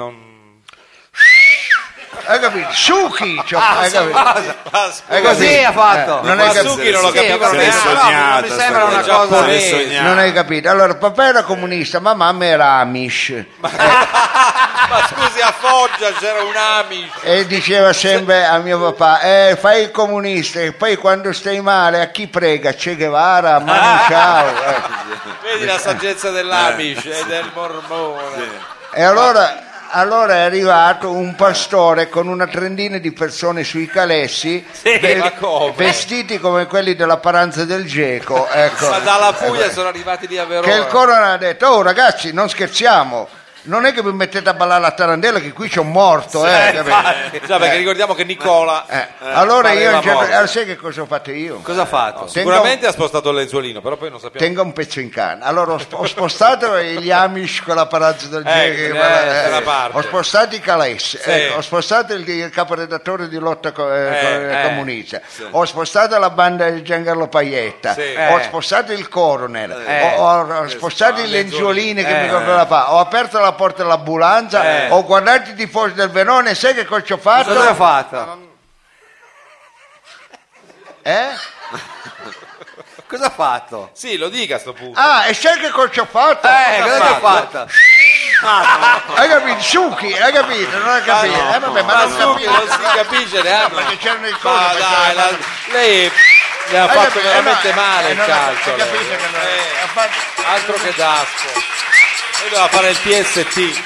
Hai capito? Suki! Hai capito? Hai Così capito? ha fatto. Non Ma hai capito? Suki non lo Sì, capivo però Se l'è neanche. sognata, non mi sembra una sta cosa... Se l'è sognata. Non hai capito? Allora, papà era comunista, ma mamma era Amish. Ma scusi, a Foggia c'era un Amish. E diceva sempre a mio papà: fai il comunista e poi quando stai male a chi prega? Che Guevara, Manu Chao. Vedi la saggezza dell'Amish e del mormone. E allora Allora è arrivato un pastore con una trentina di persone sui calessi, ma come? vestiti come quelli della paranza del Geco, ecco. Ma dalla Puglia sono arrivati lì a Verona. Che il coro ha detto: oh ragazzi, non scherziamo, non è che vi mettete a ballare la tarantella che qui c'è un morto, Già, perché ricordiamo che Nicola allora io pareva morto. sai che cosa ho fatto io? Cosa ha fatto? Sicuramente ha spostato il lenzuolino, però poi non sappiamo. Tengo un pezzo in canna. Allora ho spostato gli Amish con la parazza del Geco, quella parte. ho spostato i Calessi, Sì. ho spostato il caporedattore di lotta comunista, ho spostato la banda di Giancarlo Paietta, Sì. ho spostato il coronel, ho spostato i lenzuolini che mi doveva fare, ho aperto la porta dell'ambulanza, ho guardato i tifosi del Verona e sai che cosa ci ho fatto? Cosa ha fatto? Cosa ha fatto? Sì, lo dica a sto punto. Ah, e sai che cosa ci ho fatto? Cosa ti ha fatto? Hai capito? Succhi, hai capito? Non hai capito? Vabbè, ma non subito capisco. non si capisce neanche. Perché c'erano i Ma cosi, dai, lei le ha hai fatto capito? veramente male il non calcio. hai lei. capito che non ha fatto... Altro che Daspo. Lei doveva fare il PST.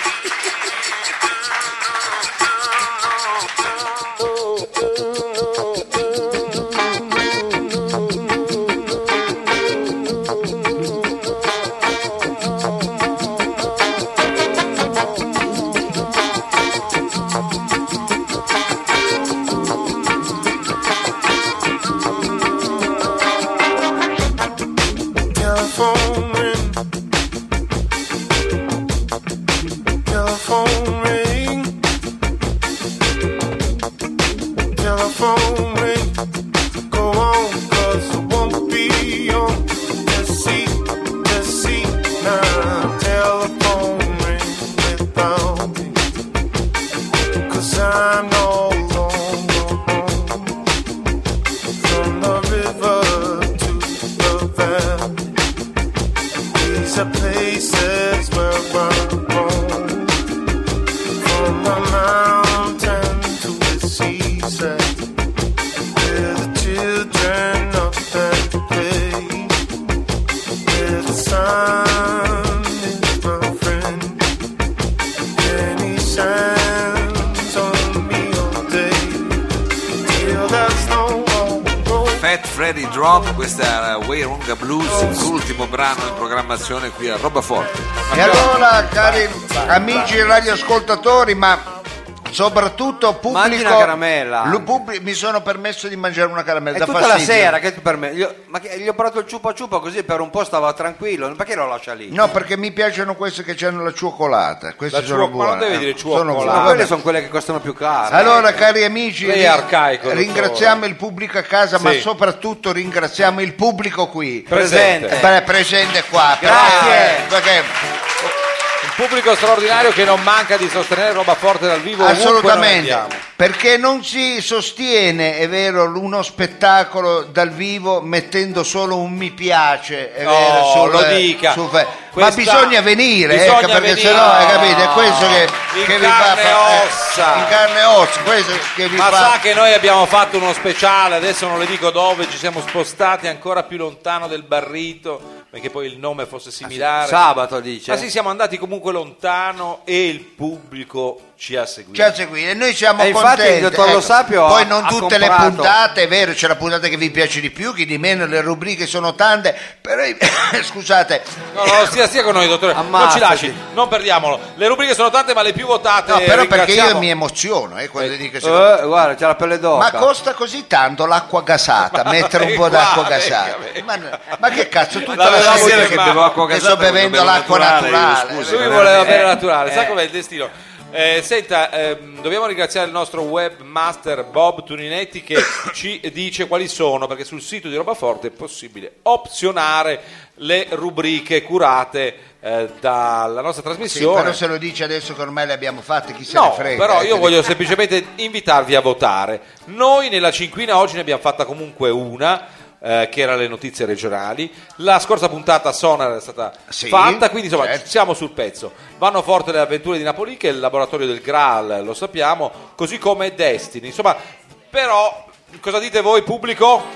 Telephone ring. Telephone ring. Telephone ring. Go on, 'cause I won't be on the seat now. Telephone ring without me. 'Cause I'm no longer home. From the river to the valley. These are places where I roam. From the mountain to the seaside, where the children of that play, where the sun is my friend, and he shines on me all day, till there's no more. Fat Freddy Drop, questa era Wairunga Blues, l'ultimo brano in programmazione qui a Roba Forte. E allora, cari amici radioascoltatori, ma soprattutto pubblico, Mangi una caramella. mi sono permesso di mangiare una caramella È da tutta la fastidio. sera che per me. Gli ho parlato il ciupa ciupa così per un po' stava tranquillo. Perché lo lascia lì? No, perché mi piacciono queste che hanno la cioccolata. Queste La sono ciuo- ma non buone. devi dire Sono cioccolata. buone. Ma quelle sono quelle che costano più caro. Allora, cari amici, Lei è arcaico, ringraziamo il pubblico a casa, ma Sì. soprattutto ringraziamo il pubblico qui. Presente. Presente qua. Grazie. Perché Un pubblico straordinario che non manca di sostenere Roba Forte dal vivo ovunque noi assolutamente, andiamo. perché non si sostiene, è vero, uno spettacolo dal vivo mettendo solo un mi piace, è vero, lo dica. ma Questa- bisogna venire, bisogna perché venire. sennò, hai capito, è questo In che vi carne e fa ossa. in carne e ossa, questo che vi Ma fa. sa che noi abbiamo fatto uno speciale, adesso non le dico dove, ci siamo spostati ancora più lontano del Barrito, perché poi il nome fosse similare. Sabato dice. Ma sì, siamo andati comunque lontano e il pubblico ci ha seguito. Ci ha seguito e noi siamo E infatti contenti. il dottor Lo Sapio poi ha- non ha tutte le comprato. puntate, è vero, c'è la puntata che vi piace di più, che di meno, le rubriche sono tante, però scusate, No, no, stia con noi, dottore. Non ci Ammazzati. lasci, non perdiamolo. Le rubriche sono tante, ma le più votate. no, però perché io ringraziamo- mi emoziono quando dico Guarda, c'è la pelle d'oca. ma costa così tanto l'acqua gasata, mettere un po' d'acqua gasata. Ma che cazzo, tutta la L'avevamo sera detto, che bevo acqua che gasata sto bevendo perché bevo l'acqua naturale, naturale. scusi. Lui voleva bere naturale, sa com'è il destino. Senta, dobbiamo ringraziare il nostro webmaster Bob Tuninetti che ci dice quali sono, perché sul sito di Roba Forte è possibile opzionare le rubriche curate dalla nostra Sì, trasmissione. però se lo dice adesso che ormai le abbiamo fatte, chi se ne No, frega. però io voglio semplicemente invitarvi a votare. Noi nella cinquina oggi ne abbiamo fatta comunque una, che era le notizie regionali. La scorsa puntata Sonar è stata Sì, fatta, quindi insomma certo. siamo sul pezzo. Vanno forte le avventure di Napoli, che è il laboratorio del Graal, lo sappiamo, così come Destiny. Insomma, però cosa dite voi, pubblico?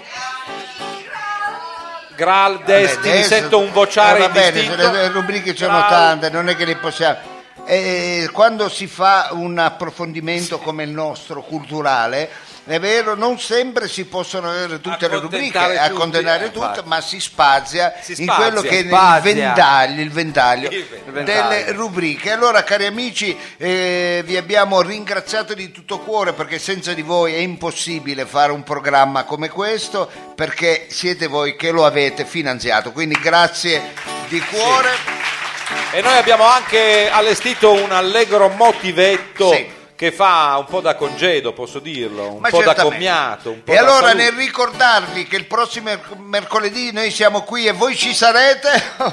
Graal, Destiny, Adesso- sento un vociare va bene, indistinto. se le rubriche sono Graal. tante, non è che le possiamo. quando si fa un approfondimento come il nostro culturale, è vero, non sempre si possono avere tutte le rubriche, accontentare tutte, ma si spazia in quello che è il ventaglio delle rubriche. Allora, cari amici, vi abbiamo ringraziato di tutto cuore, perché senza di voi è impossibile fare un programma come questo, perché siete voi che lo avete finanziato, quindi grazie di cuore. E noi abbiamo anche allestito un allegro motivetto che fa un po' da congedo, posso dirlo, un po' da commiato. Un po' e da allora, salute. nel ricordarvi che il prossimo mercoledì noi siamo qui e voi ci sarete,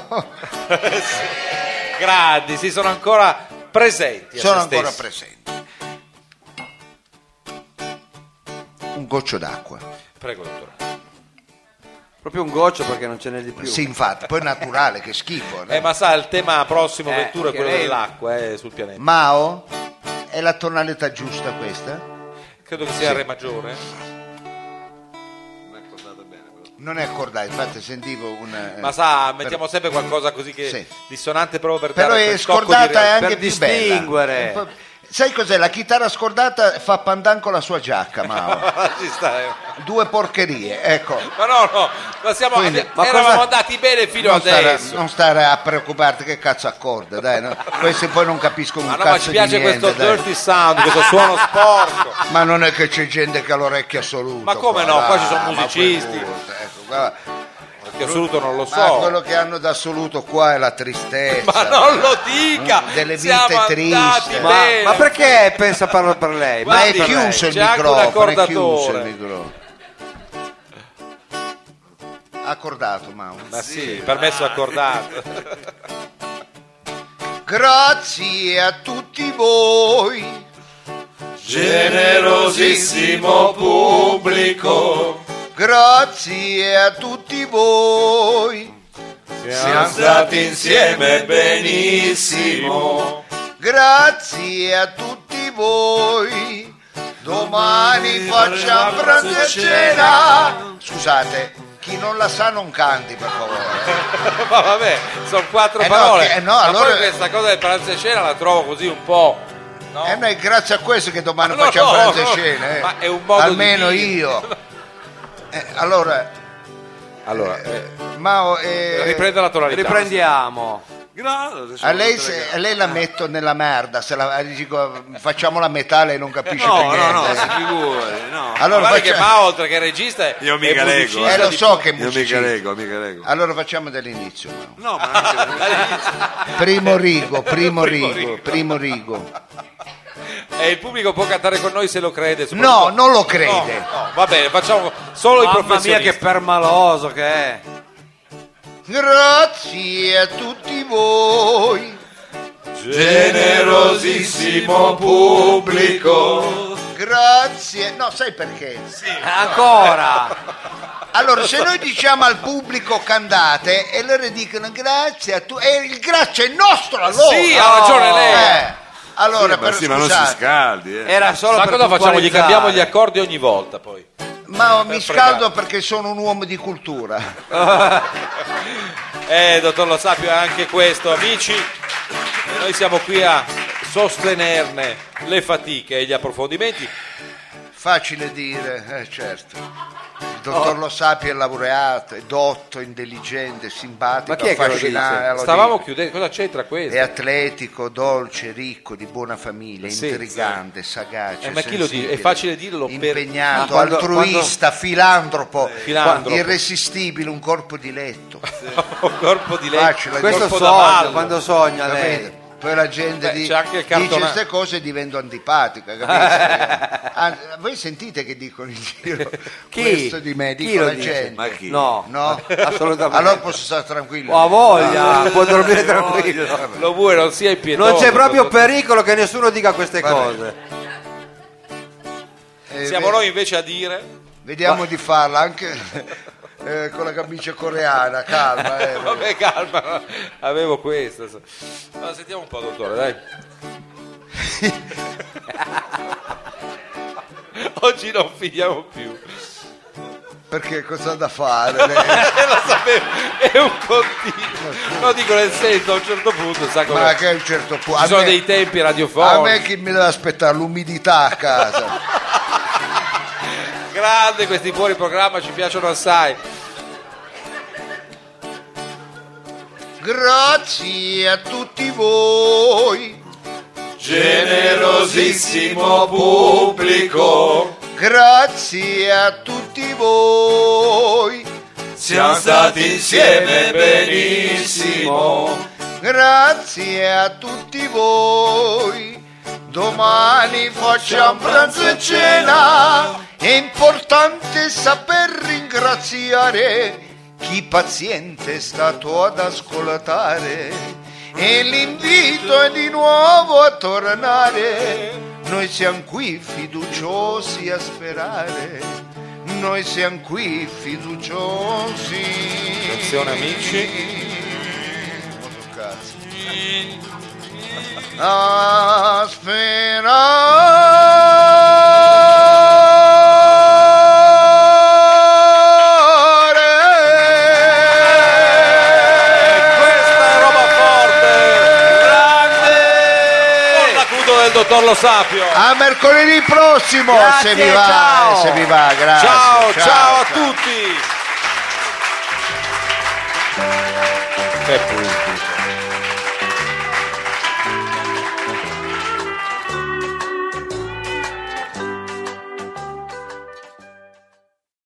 grandi, si sono ancora presenti. Sono ancora presenti. Un goccio d'acqua. Prego, dottore. Proprio un goccio, perché non ce n'è di più. Sì, infatti, poi è naturale, che schifo. No? Ma sa, il tema prossimo Ventura è quello lei- dell'acqua sul pianeta. Mao, è la tonalità giusta questa? Credo che sia Re maggiore. Non è accordata, infatti sentivo un... Ma sa, mettiamo sempre qualcosa così che Sì. dissonante, proprio per Però dare è quel tocco di scordata, è realtà. anche per più bella. distinguere. Sai cos'è? La chitarra scordata fa pandan con la sua giacca, Mao. Ci sta, Due porcherie, ecco. Ma no, ma siamo, Quindi, eravamo andati bene fino adesso. Non stare a preoccuparti, che cazzo accorda, dai, no? Questi poi non capiscono un Ma no, ma cazzo ci di piace niente, questo dai. dirty sound, questo suono sporco. Ma non è che c'è gente che ha l'orecchio assoluto. Ma come no? Qua ci sono musicisti. Ecco, qua. Che assoluto non lo so. Ma quello che hanno d'assoluto qua è la tristezza. Ma non lo dica! Delle Siamo vite tristi. andati bene. Ma perché pensa parlo per lei? Ma è Guardi, chiuso il c'è anche un microfono, è chiuso accordatore. il microfono. Accordato, Mao. Ma sì, permesso accordato. Grazie a tutti voi, Generosissimo pubblico, grazie a tutti voi, siamo stati insieme benissimo. grazie a tutti voi. Domani facciamo pranzo e cena. Scusate, chi non la sa non canti, per favore. Ma vabbè, sono quattro no, parole. no, Ma allora- poi questa cosa del pranzo e cena la trovo così un po'. No? E noi grazie a questo che domani No, facciamo no, pranzo e no, cena. ma è un modo almeno di dire. io. Allora, Mao, Riprende la tonalità. Riprendiamo. a lei la metto nella merda, se la dico, facciamo la metà, lei non capisce per niente. si figuri, no. Allora Guarda che faccia- Ma, oltre che regista, Io mica è leggo, musicista lo di- so che è Io musicista. mica leggo. Allora facciamo dall'inizio, Mao. No, ma anche Primo rigo. E il pubblico può cantare con noi se lo crede. No, soprattutto- non lo crede. No, va bene, facciamo solo i Mamma mia, professionisti. che permaloso che è. Grazie a tutti voi, generosissimo pubblico. grazie. No, sai perché? Ancora. Allora, se noi diciamo al pubblico cantate e loro dicono grazie a tu, e il grazie è nostro allora. Sì, ha ragione lei. Allora, Ma sì, ma non si scusate, scaldi. Era solo Sa per cosa facciamo? Gli puntualizzare. cambiamo gli accordi ogni volta poi. ma mi fregare. scaldo perché sono un uomo di cultura. Dottor Lo Sapio, è anche questo, amici. E noi siamo qui a sostenerne le fatiche e gli approfondimenti. Facile dire, certo. Il dottor Lo Sapio è laureato, è dotto, intelligente, simpatico, Ma chi è che lo affascinante, dice? lo Stavamo dico. chiudendo, cosa c'entra questo? È atletico, dolce, ricco, di buona famiglia, Sì, intrigante, sagace, ma chi lo dice? sensibile, È facile dirlo per- impegnato, Ma quando- altruista, filantropo, Filantropo. irresistibile, un corpo di letto. Un corpo di legno, Facile, Questo corpo da sogna, ballo. quando sogna lei. Capite? Poi la gente Beh, c'è anche il dice cartone- queste cose e divento antipatica, capite? Voi sentite che dicono in giro Chi? questo di me, Chi dico lo la dice? gente. Ma chi? No, No? assolutamente. Allora posso stare tranquillo. Ho voglia, può dormire tranquillo. Lo vuoi, non sia impietoso. Non c'è proprio dottor- pericolo che nessuno dica queste Vabbè. cose. Siamo noi invece a dire. Vediamo di farla anche con la camicia coreana, calma. Vabbè, calma, avevo questo. Allora, sentiamo un po', dottore, dai. Oggi non finiamo più. perché cosa da fare? Lo sapevo, è un continuo. No, dico nel senso, a un certo punto, sa come... Ma che a un certo punto... Ci sono dei tempi A radiofonici. me chi mi deve aspettare? L'umidità a casa. Grande, questi fuori programma ci piacciono assai. Grazie a tutti voi, Generosissimo pubblico, grazie a tutti voi, siamo stati insieme benissimo. grazie a tutti voi. Domani facciamo pranzo e cena, è importante saper ringraziare chi paziente è stato ad ascoltare, e l'invito è di nuovo a tornare. Noi siamo qui fiduciosi a sperare, noi siamo qui fiduciosi. Attenzione amici. A Del dottor Lo Sapio. A mercoledì prossimo, Grazie, se vi va, ciao. se vi va, grazie. Ciao a tutti. Che pubblico.